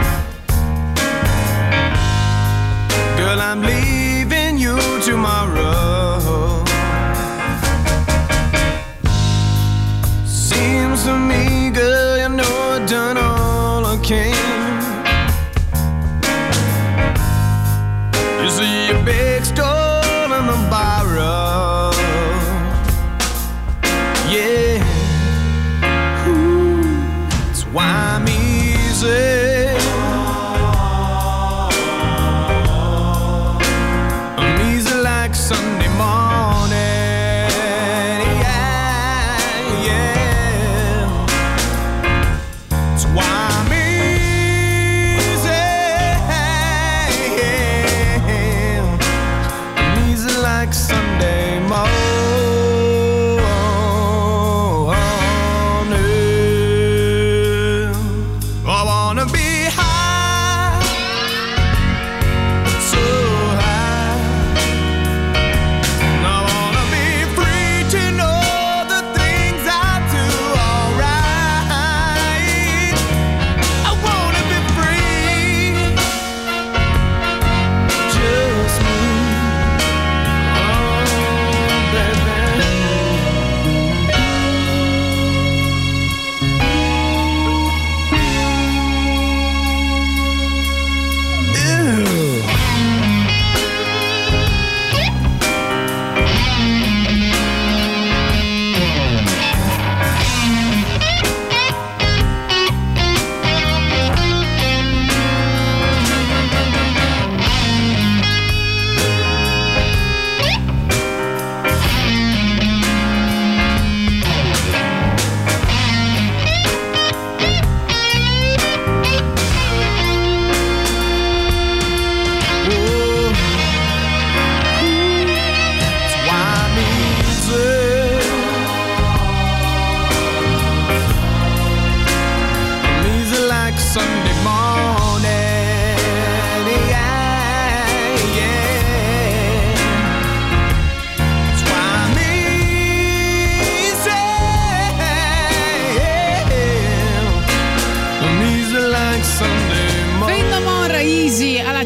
Girl, I'm leaving you tomorrow. Seems to me, girl, you know I've done all I can. You see your big stone in the borrow. Yeah. Ooh, that's why I'm easy.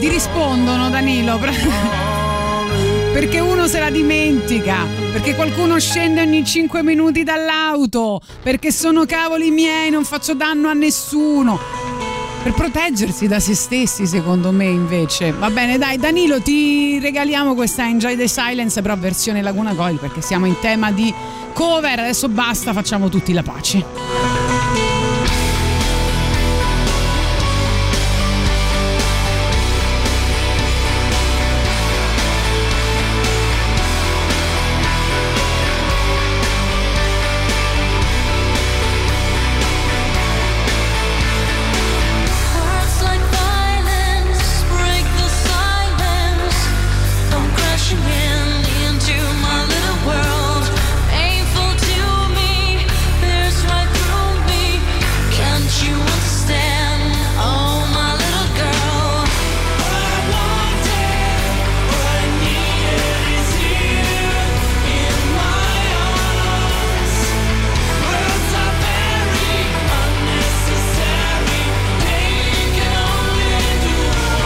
ti rispondono, Danilo, perché uno se la dimentica, perché qualcuno scende ogni cinque minuti dall'auto, perché sono cavoli miei, non faccio danno a nessuno, per proteggersi da se stessi, secondo me. Invece va bene, dai Danilo, ti regaliamo questa Enjoy the Silence, però versione Laguna Coil, perché siamo in tema di cover. Adesso basta, facciamo tutti la pace. Words like violence break the silence, come crashing in into my little world. Painful to me, pierce right through me. Can't you understand? Oh, my little girl. What I wanted, what I needed is here in my arms. Words are very unnecessary. They can only do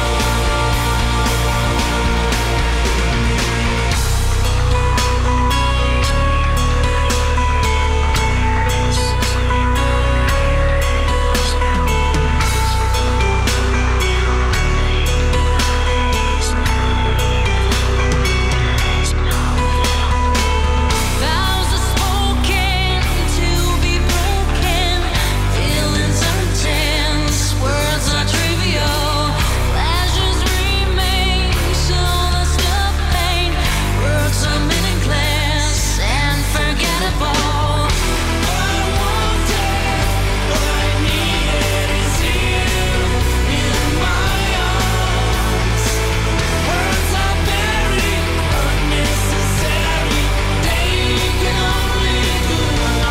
vows are spoken to be broken. Feelings are intense, words are trivial. Pleasures remain, so that's the pain. Words are meaningless and forgettable. What I wanted, what I needed is here in my arms. Words are very unnecessary. They can only do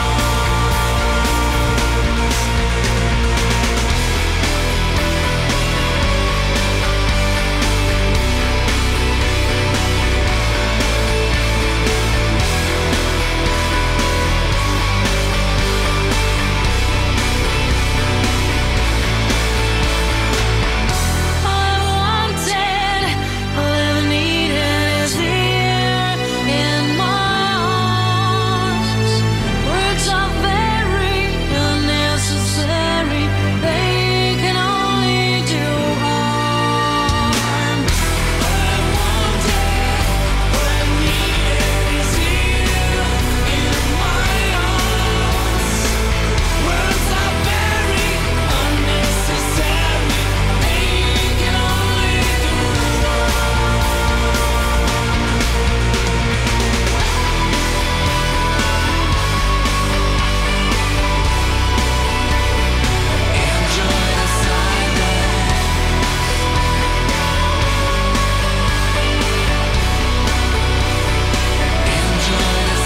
All I wanted, all I ever needed is here in my arms. Words are very unnecessary. They can only do harm. All I wanted, what I needed is here in my arms. Words are very unnecessary. They can only do Enjoy the silence. Enjoy the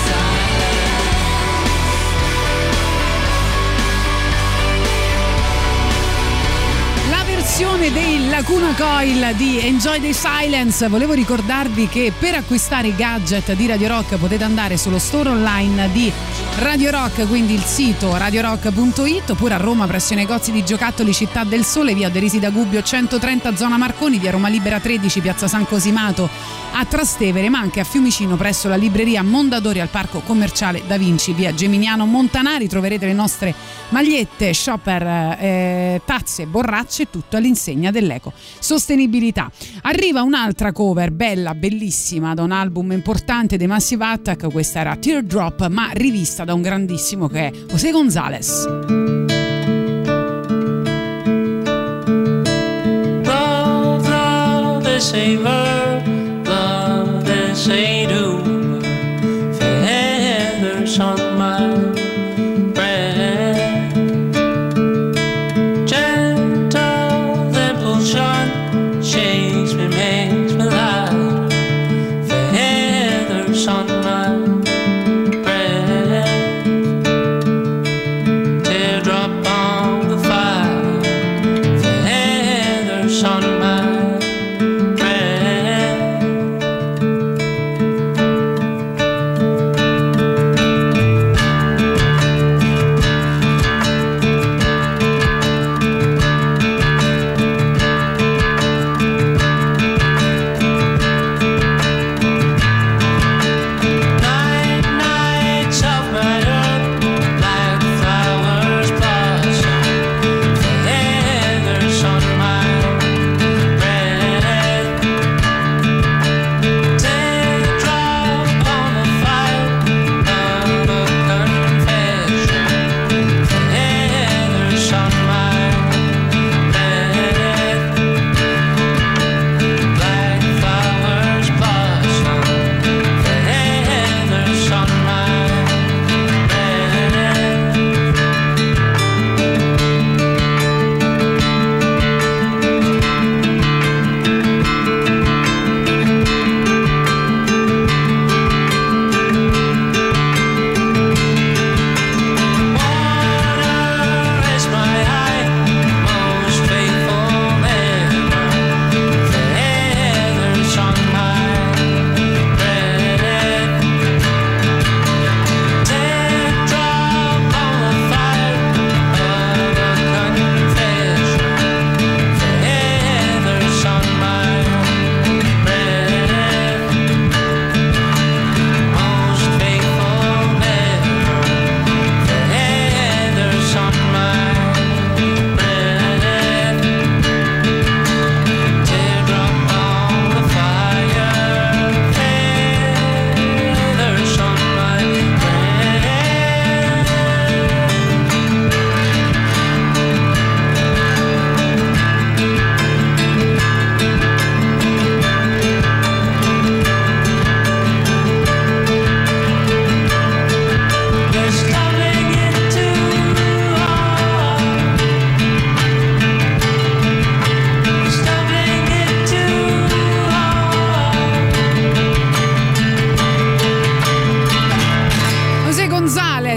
La versione dei Laguna Coil di Enjoy the Silence. Volevo ricordarvi che per acquistare i gadget di Radio Rock potete andare sullo store online di Radio Rock, quindi il sito radio rock punto it, oppure a Roma presso i negozi di giocattoli Città del Sole, via Derisi da Gubbio centotrenta zona Marconi, via Roma Libera tredici, piazza San Cosimato a Trastevere, ma anche a Fiumicino presso la libreria Mondadori al parco commerciale Da Vinci, via Geminiano Montanari. Troverete le nostre magliette, shopper, eh, tazze, borracce, tutto all'insegna dell'eco sostenibilità. Arriva un'altra cover bella, bellissima, da un album importante dei Massive Attack. Questa era Teardrop, ma rivista da un grandissimo che è José González. Love, love, they say verb, love, they say do. Feathers on my breath, gentle, they push on, shakes me, makes me laugh. Feathers on my breath, teardrop on the fire. Feathers on my breath.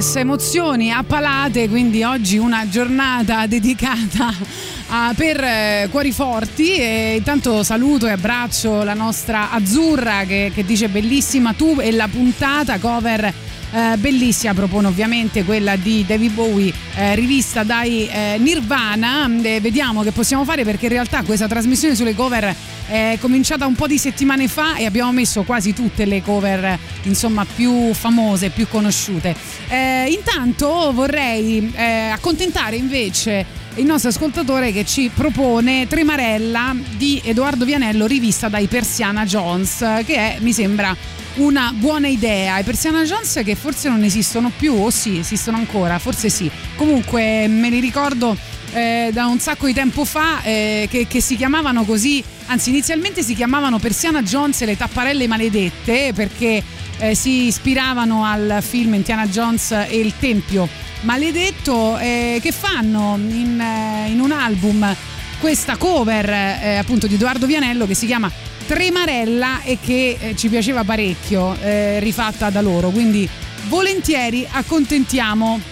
Happiness, emozioni a palate, quindi oggi una giornata dedicata a, per eh, cuori forti. E intanto saluto e abbraccio la nostra Azzurra che, che dice bellissima tu e la puntata, cover eh, bellissima, propone ovviamente quella di David Bowie eh, rivista dai eh, Nirvana. Eh, vediamo che possiamo fare, perché in realtà questa trasmissione sulle cover è cominciata un po' di settimane fa e abbiamo messo quasi tutte le cover insomma più famose, più conosciute. Eh, intanto vorrei eh, accontentare invece il nostro ascoltatore che ci propone Tremarella di Edoardo Vianello rivista dai Persiana Jones, che è, mi sembra, una buona idea. I Persiana Jones che forse non esistono più, o sì, esistono ancora, forse sì. Comunque me li ricordo eh, da un sacco di tempo fa eh, che, che si chiamavano così, anzi inizialmente si chiamavano Persiana Jones e le tapparelle maledette, perché eh, si ispiravano al film Indiana Jones e il Tempio Maledetto, eh, che fanno in, eh, in un album questa cover eh, appunto di Edoardo Vianello che si chiama Tremarella e che eh, ci piaceva parecchio, eh, rifatta da loro, quindi volentieri accontentiamo.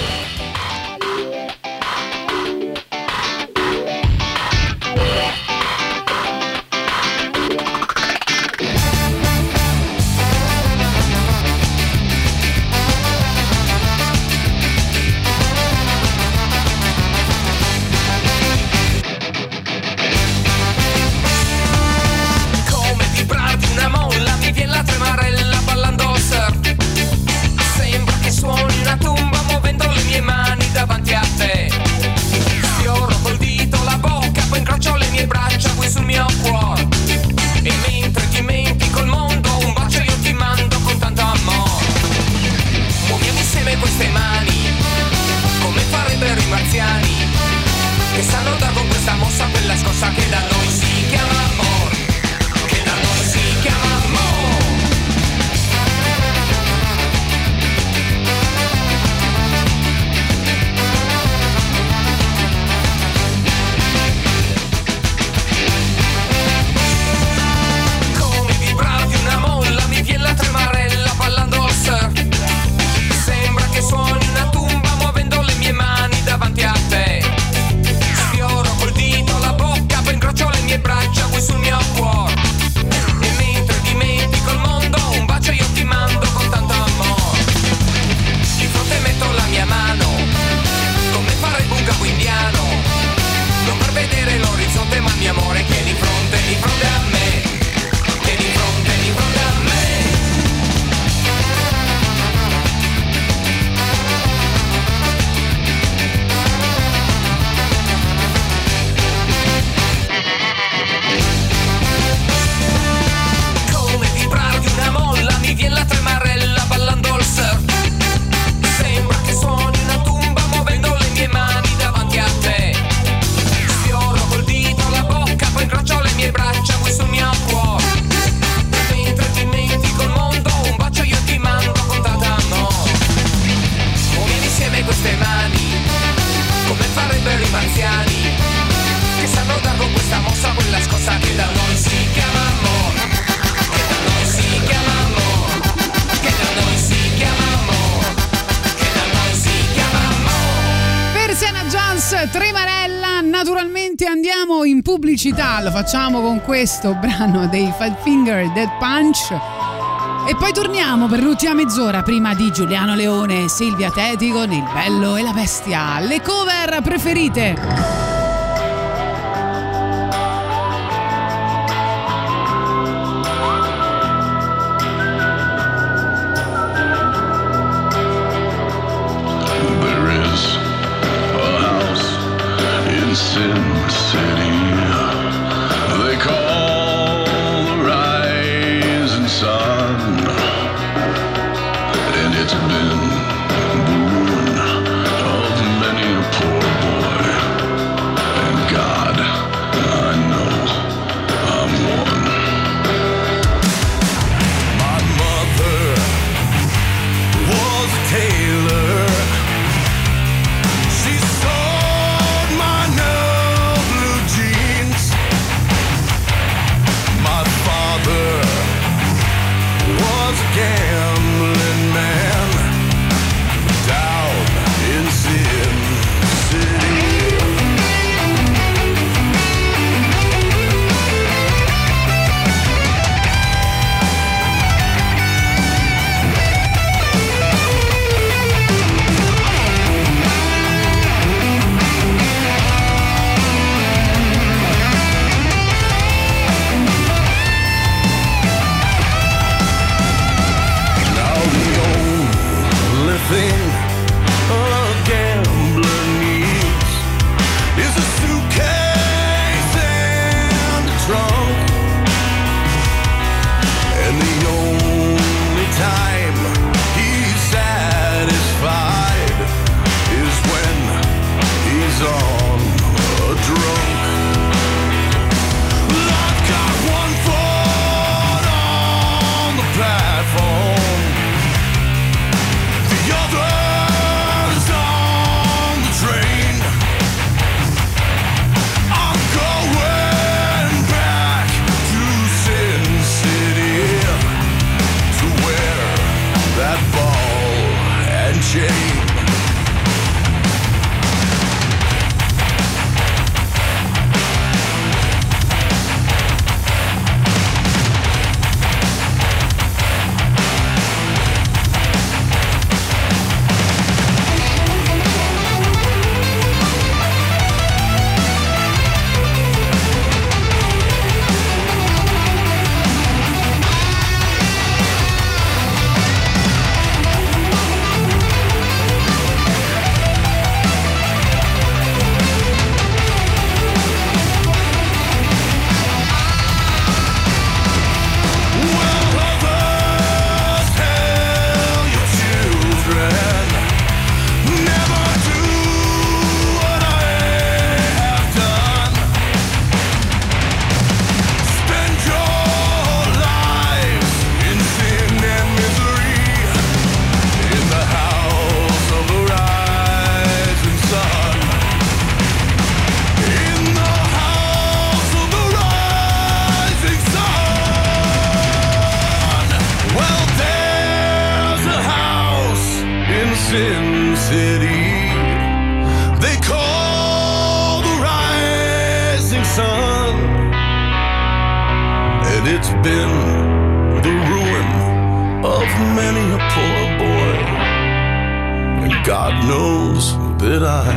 Che sanno dar con questa mossa quella scossa che da noi si chiama amor, che da noi si chiama amor. Come vibrare di una molla mi viene la tremarella ballando al surf. Sembra che suoni una tumba muovendo le mie mani davanti a te. Sfioro col dito la bocca, poi incrocio le mie braccia qui sul mio cuore. E mentre dimentico il mondo, un bacio io ti mando con tanto amore. Di fronte metto la mia mano, come fare il bunga indiano. Non per vedere l'orizzonte, ma il mio amore che è di fronte, di fronte a me. Che è di fronte, di fronte a me. Come vibrare di una molla mi viene la tremarella ballando al surf. Sembra che suoni una tumba muovendo le mie mani davanti a te. Sfioro col dito la bocca, poi incrocio le mie braccia qui sul mio cuore. Mentre dimentico il mondo, un bacio io ti mando con tanto amore. Muoviamo insieme queste mani, come farebbero i marziani, che sanno dar con questa mossa quella scossa che da noi si chiama amore. Che da noi si chiama amore. Che da noi si chiama amore. Che da noi si chiama amore. Persiana Jones, Tremarella. Naturalmente andiamo in pubblicità, lo facciamo con questo brano dei Five Finger Death Punch e poi torniamo per l'ultima mezz'ora prima di Giuliano Leone e Silvia Teti con Il Bello e la Bestia, le cover preferite. There is a house in Sin City they call the rising sun, and it's been the ruin of many a poor boy Sin City. They call the rising sun, and it's been the ruin of many a poor boy. And God knows that I,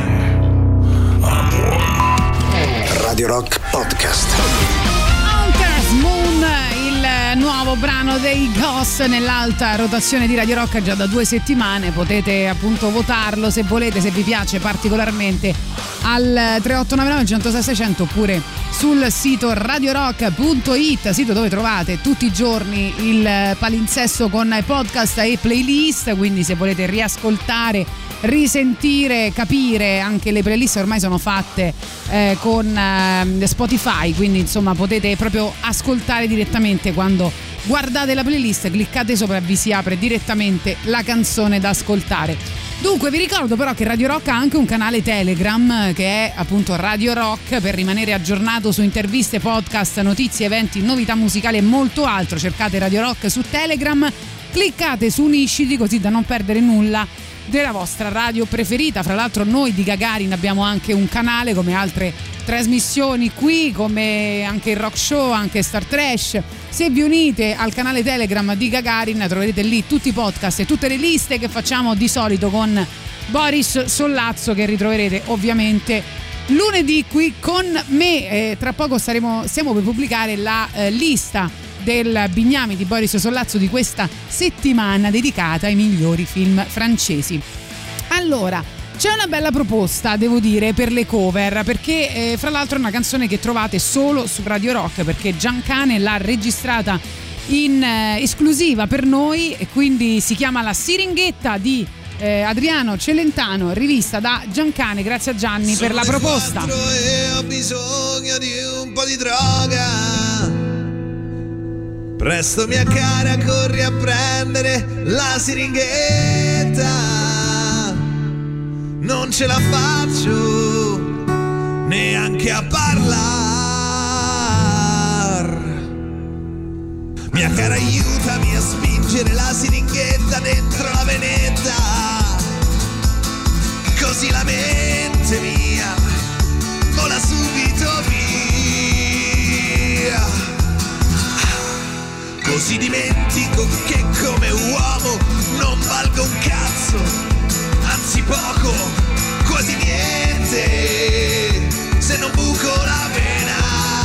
I'm one. Radio Rock Podcast. Hunter's Moon, il nuovo brano dei Ghost nell'alta rotazione di Radio Rock già da due settimane. Potete appunto votarlo se volete, se vi piace particolarmente, al tre otto nove nove, uno zero sei, sei zero zero oppure sul sito radiorock punto it, sito dove trovate tutti i giorni il palinsesto con podcast e playlist. Quindi se volete riascoltare, risentire, capire, anche le playlist ormai sono fatte eh, con eh, Spotify, quindi insomma potete proprio ascoltare direttamente. Quando guardate la playlist, cliccate sopra e vi si apre direttamente la canzone da ascoltare. Dunque vi ricordo però che Radio Rock ha anche un canale Telegram che è appunto Radio Rock, per rimanere aggiornato su interviste, podcast, notizie, eventi, novità musicali e molto altro. Cercate Radio Rock su Telegram, cliccate su unisciti così da non perdere nulla della vostra radio preferita. Fra l'altro noi di Gagarin abbiamo anche un canale, come altre trasmissioni qui, come anche il Rock Show, anche Star Trash. Se vi unite al canale Telegram di Gagarin troverete lì tutti i podcast e tutte le liste che facciamo di solito con Boris Sollazzo, che ritroverete ovviamente lunedì qui con me. Eh, tra poco staremo, stiamo per pubblicare la eh, lista del Bignami di Boris Sollazzo di questa settimana dedicata ai migliori film francesi. Allora, c'è una bella proposta, devo dire, per le cover, perché eh, fra l'altro è una canzone che trovate solo su Radio Rock, perché Giancane l'ha registrata in eh, esclusiva per noi, e quindi si chiama La Siringhetta di eh, Adriano Celentano, rivista da Giancane. Grazie a Gianni per la proposta. E ho bisogno di un po' di droga. Presto mia cara, corri a prendere la siringhetta. Non ce la faccio neanche a parlar. Mia cara, aiutami a spingere la siringhetta dentro la venetta, così la mente mia vola subito via. Così dimentico che come uomo non valgo un cazzo, anzi poco, quasi niente, se non buco la vena.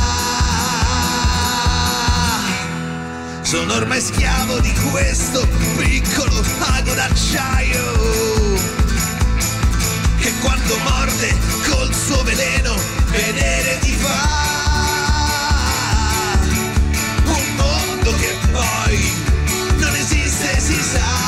Sono ormai schiavo di questo piccolo ago d'acciaio che quando morde col suo veleno vedere ti fa. Un mondo che poi non esiste, si sa.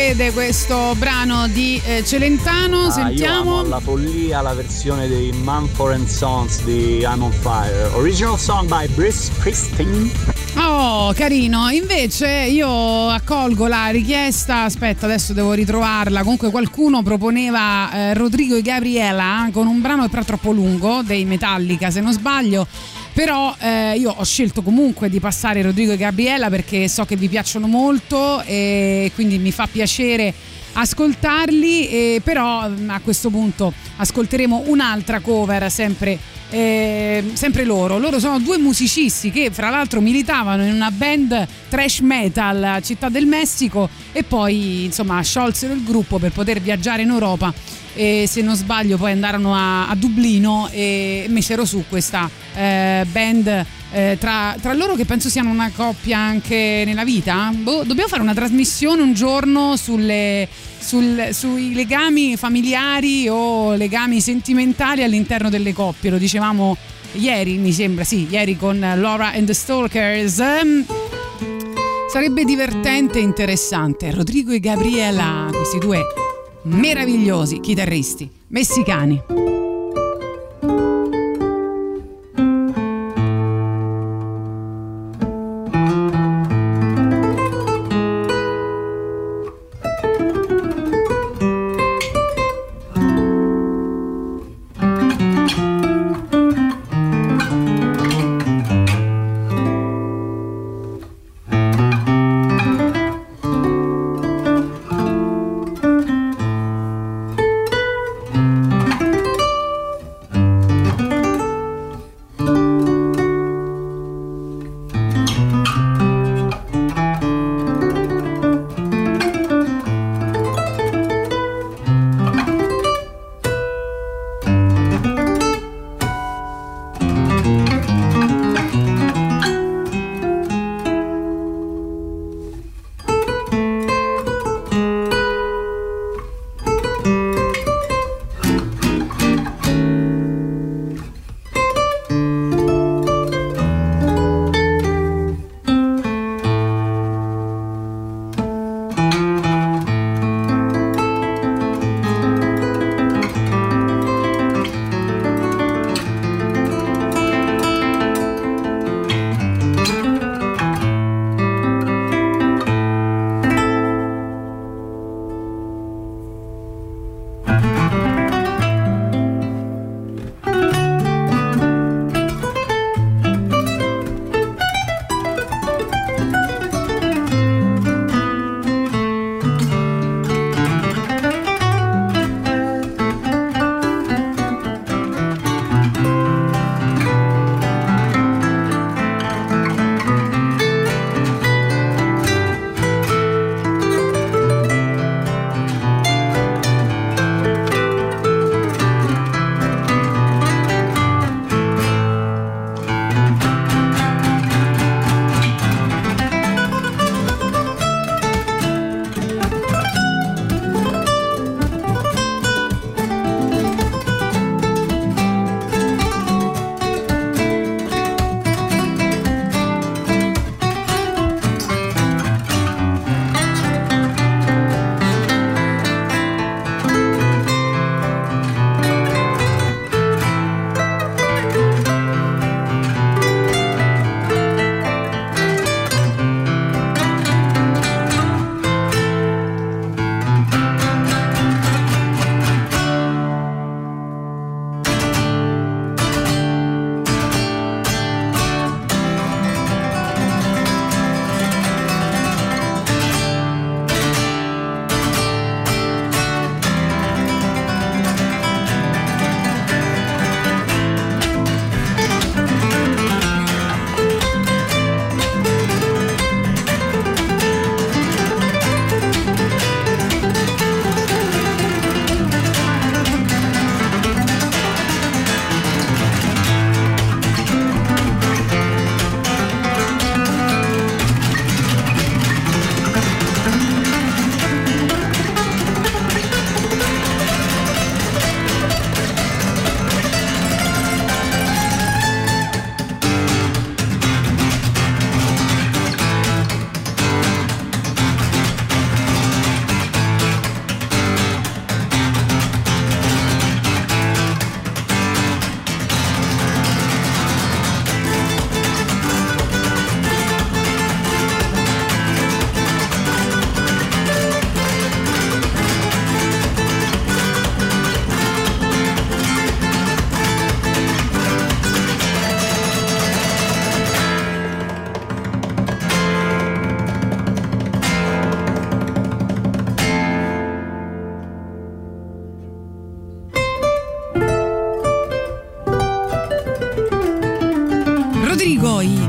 vede questo brano di eh, Celentano. Ah, Sentiamo. Io amo la follia, la versione dei Mumford and Sons di I'm on Fire. Original song by Bruce Springsteen. Oh, carino. Invece io accolgo la richiesta. Aspetta, adesso devo ritrovarla. Comunque qualcuno proponeva eh, Rodrigo e Gabriela con un brano che però è troppo lungo, dei Metallica se non sbaglio. Però eh, io ho scelto comunque di passare Rodrigo e Gabriela perché so che vi piacciono molto e quindi mi fa piacere ascoltarli, e però a questo punto ascolteremo un'altra cover sempre, eh, sempre loro. Loro sono due musicisti che fra l'altro militavano in una band thrash metal a Città del Messico e poi insomma sciolsero il gruppo per poter viaggiare in Europa e se non sbaglio poi andarono a, a Dublino e mesero su questa eh, band eh, tra, tra loro, che penso siano una coppia anche nella vita. Boh, dobbiamo fare una trasmissione un giorno sulle, sul, sui legami familiari o legami sentimentali all'interno delle coppie. Lo dicevamo ieri, mi sembra, sì, ieri con Laura and the Stalkers. Um, sarebbe divertente e interessante. Rodrigo e Gabriela, questi due meravigliosi chitarristi messicani.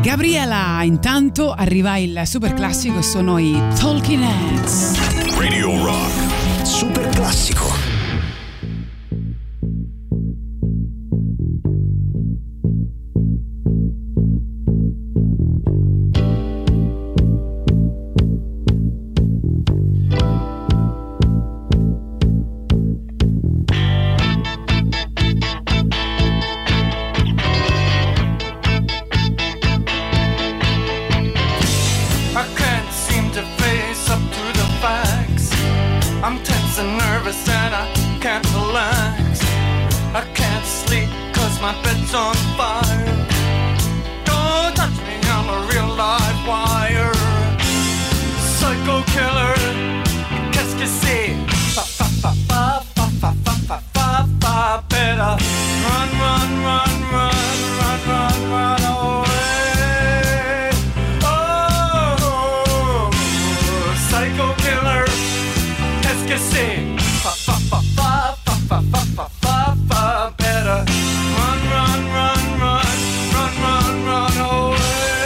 Gabriela. Intanto arriva il super classico e sono i Talking Heads. Radio Rock, super classico. I can't seem to face up to the facts. I'm tense and nervous and I can't relax. I can't sleep cause my bed's on fire. Don't touch me, I'm a real live wire. Psycho killer, qu'est-ce que c'est? Fa fa fa fa fa fa fa fa fa fa. Better run, run, run, run, run, run, run away. Oh, psycho killer, qu'est-ce que c'est? Fa fa fa fa fa fa fa fa fa fa. Better run, run, run, run, run, run, run away.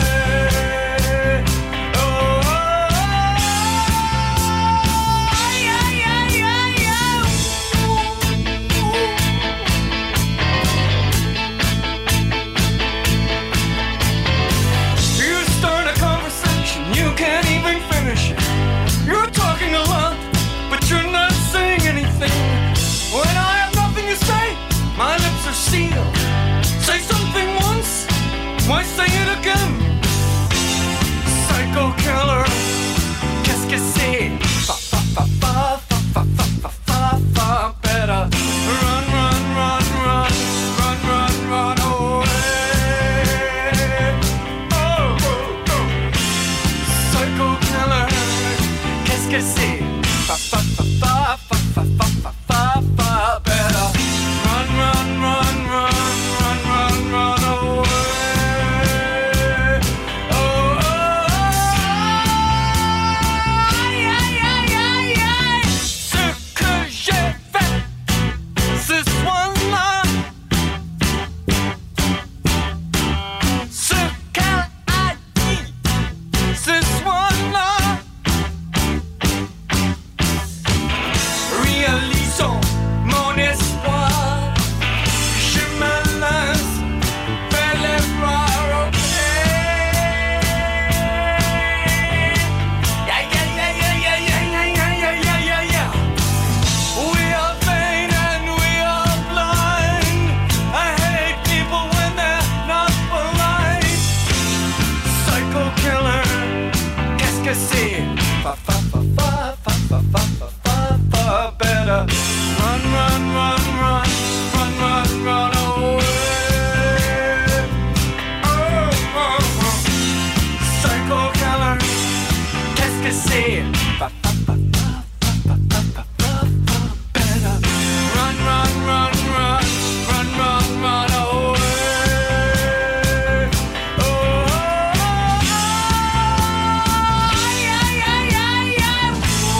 You start a conversation, you can't even finish it. You're talking a lot, but you're not saying anything. When I have nothing to say, my lips are sealed. Say something once, why say it again? Psycho killer, qu'est-ce que c'est? Fa fa fa fa fa fa fa fa fa. Better run, run, run, run, run, run, run away. Oh, oh, oh. Psycho killer, qu'est-ce que c'est? Fa fa fa fa fa fa fa fa fa fa. Better run, run, run, run, run, run, run away. Oh, oh, oh. Aïe, aïe, aïe, aïe, aïe. Ce que j'ai fait ce soir-là, ce qu'elle a dit ce soir-là, réalisons mon espoir. Je me lance vers les bras. Yeah, yeah, yeah, yeah, yeah, yeah, yeah, yeah, yeah, yeah, yeah. We are vain and we are blind. I hate people when they're not polite. Psycho killer, qu'est-ce que c'est? Fa fa fa fa fa fa fa fa fa fa. Better run, run, run, run, run, run, run away. Oh, oh, oh. Psycho killer, qu'est-ce que c'est? Fa fa fa fa fa fa fa fa fa. Better run, run, run, run, run, run, run away. Oh, oh, oh. Ay, ay, ay, ay, ay.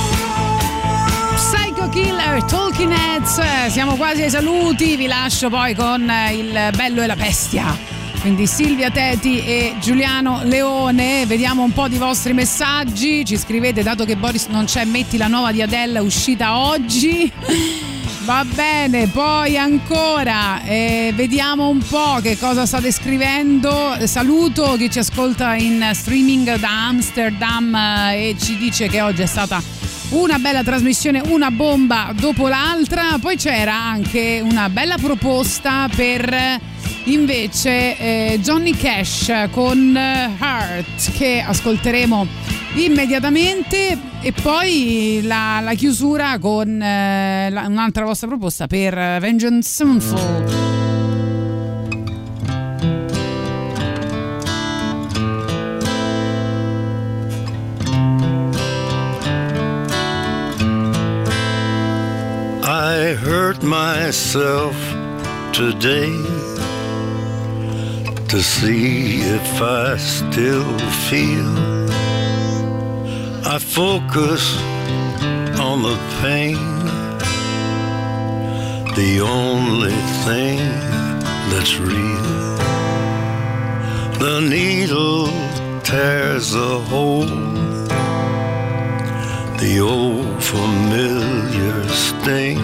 Psycho Killer, Talking Heads. Siamo quasi ai saluti, vi lascio poi con il bello e la bestia, quindi Silvia Teti e Giuliano Leone. Vediamo un po' di vostri messaggi. Ci scrivete: dato che Boris non c'è, metti la nuova di Adele uscita oggi. Va bene, poi ancora eh, vediamo un po' che cosa state scrivendo. Saluto chi ci ascolta in streaming da Amsterdam eh, e ci dice che oggi è stata una bella trasmissione, una bomba dopo l'altra. Poi c'era anche una bella proposta per invece eh, Johnny Cash con Heart, che ascolteremo immediatamente, e poi la, la chiusura con eh, la, un'altra vostra proposta per Vengeance Sevenfold. I hurt myself today to see if I still feel. I focus on the pain, the only thing that's real. The needle tears a hole, the old familiar sting.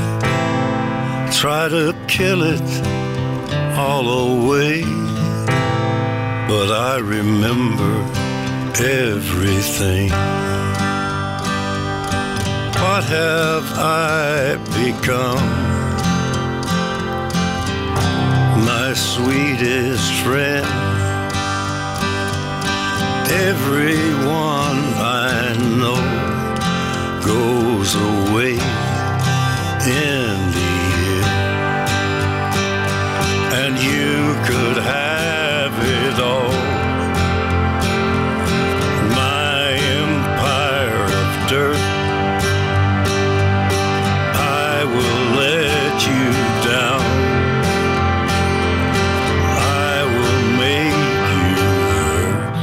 Try to kill it all away, but I remember everything. What have I become? My sweetest friend. Everyone I know goes away in the end, and you could have it all. My empire of dirt, I will let you down. I will make you hurt.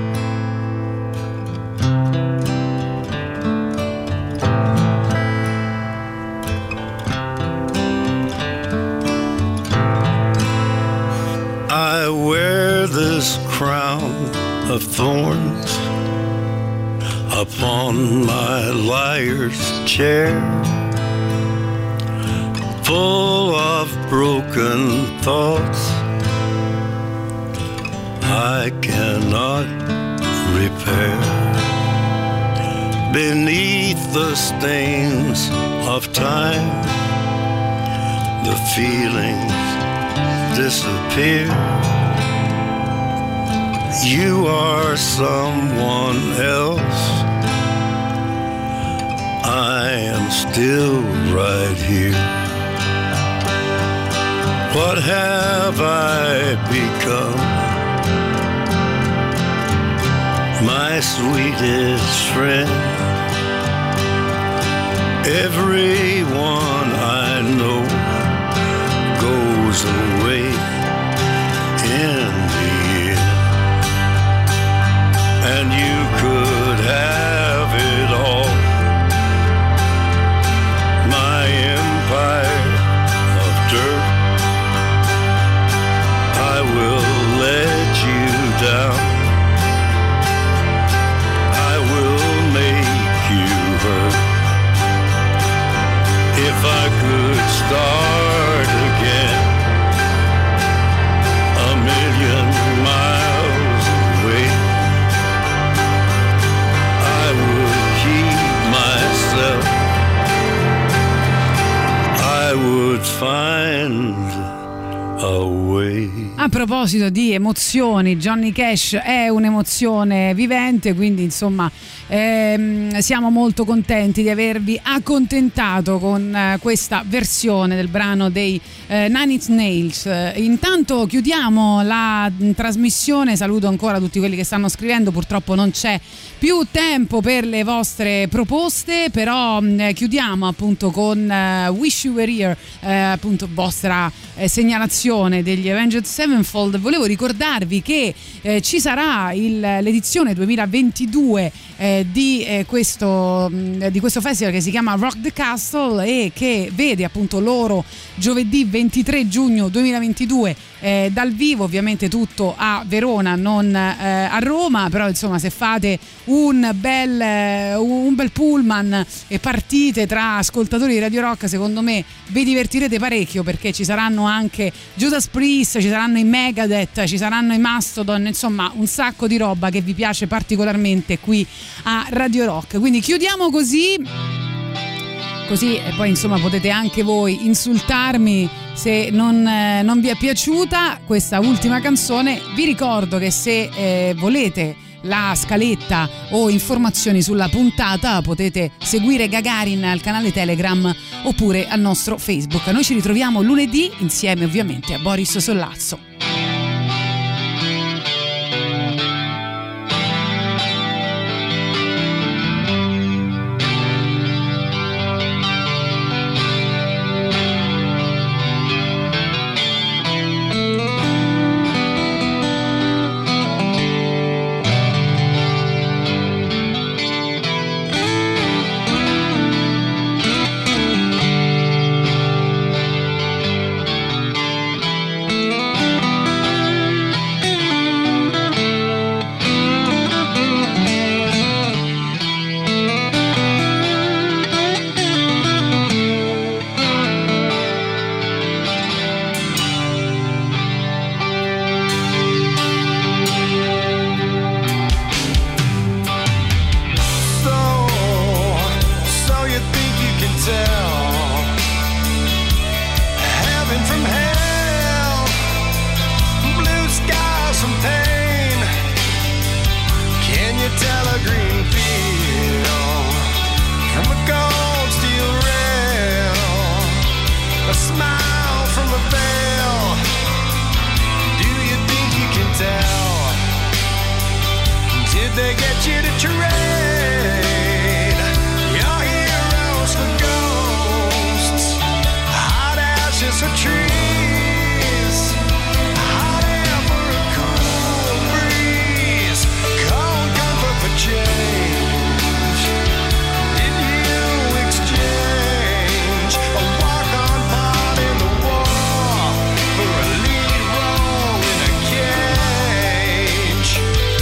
I wear this crown of thorns upon my liar's chair, full of broken thoughts I cannot repair. Beneath the stains of time, the feelings disappear. You are someone else, I am still right here. What have I become? My sweetest friend. Everyone I know goes away in the end, and you could have it all. My empire of dirt, I will let you down. I will make you hurt. If I could start again, a million miles away, I would keep myself. I would find a way. A proposito di emozioni, Johnny Cash è un'emozione vivente, quindi insomma ehm, siamo molto contenti di avervi accontentato con eh, questa versione del brano dei eh, Nine Inch Nails. Eh, intanto chiudiamo la mh, trasmissione, saluto ancora tutti quelli che stanno scrivendo, purtroppo non c'è più tempo per le vostre proposte, però mh, chiudiamo appunto con eh, Wish You Were Here, eh, appunto vostra eh, segnalazione degli Avenged Sevenfold. Volevo ricordarvi che eh, ci sarà il, l'edizione duemilaventidue eh, di, eh, questo, mh, di questo festival che si chiama Rock the Castle e che vede appunto loro giovedì ventitré giugno duemilaventidue eh, dal vivo, ovviamente tutto a Verona, non eh, a Roma, però insomma se fate un bel, eh, un bel pullman e partite tra ascoltatori di Radio Rock, secondo me vi divertirete parecchio, perché ci saranno anche Judas Priest, ci saranno i Megadeth, ci saranno i Mastodon, insomma un sacco di roba che vi piace particolarmente qui a Radio Rock. Quindi chiudiamo così, così e poi insomma potete anche voi insultarmi se non, eh, non vi è piaciuta questa ultima canzone. Vi ricordo che se eh, volete la scaletta o informazioni sulla puntata potete seguire Gagarin al canale Telegram oppure al nostro Facebook. Noi ci ritroviamo lunedì insieme ovviamente a Boris Sollazzo. tell? Heaven from hell, blue skies from pain. Can you tell a green field from a cold steel rail? A smile from a veil. Do you think you can tell? Did they get you to trade your heroes for ghosts? Hot ashes for trees, hot air for a cool breeze, cold comfort for change. Did you exchange a walk-on part in the war for a lead role in a cage?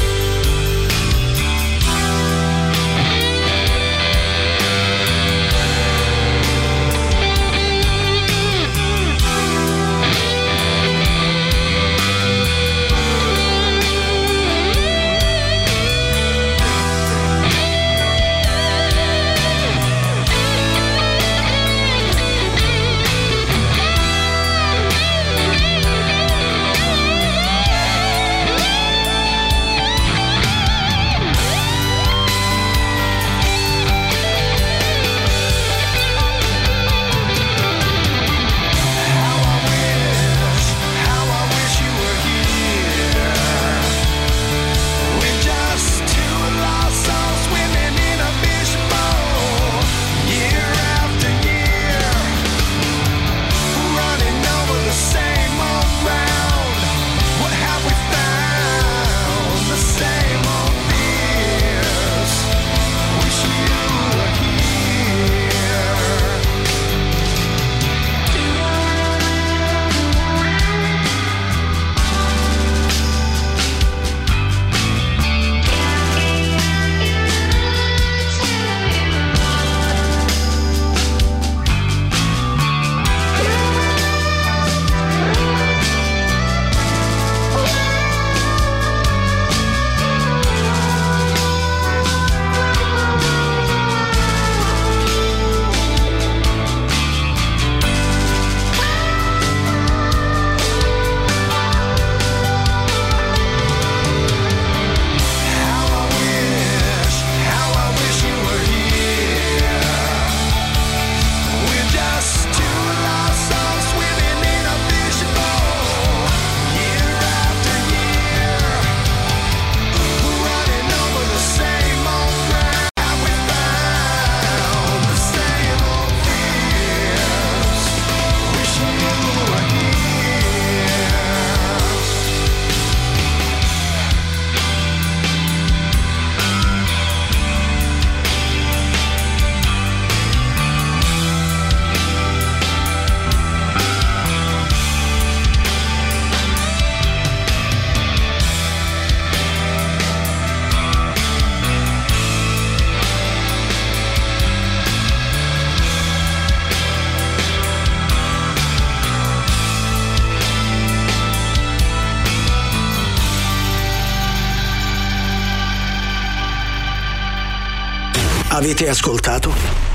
Avete ascoltato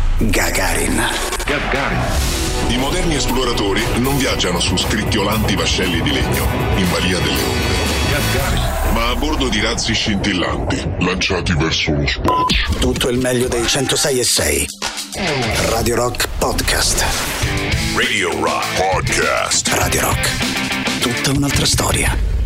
Gagarin. Gagarin. I moderni esploratori non viaggiano su scricchiolanti vascelli di legno in balia delle onde, Gagarin, ma a bordo di razzi scintillanti lanciati verso lo spazio. Tutto il meglio dei centosei e sei. Radio Rock Podcast. Radio Rock Podcast. Radio Rock. Tutta un'altra storia.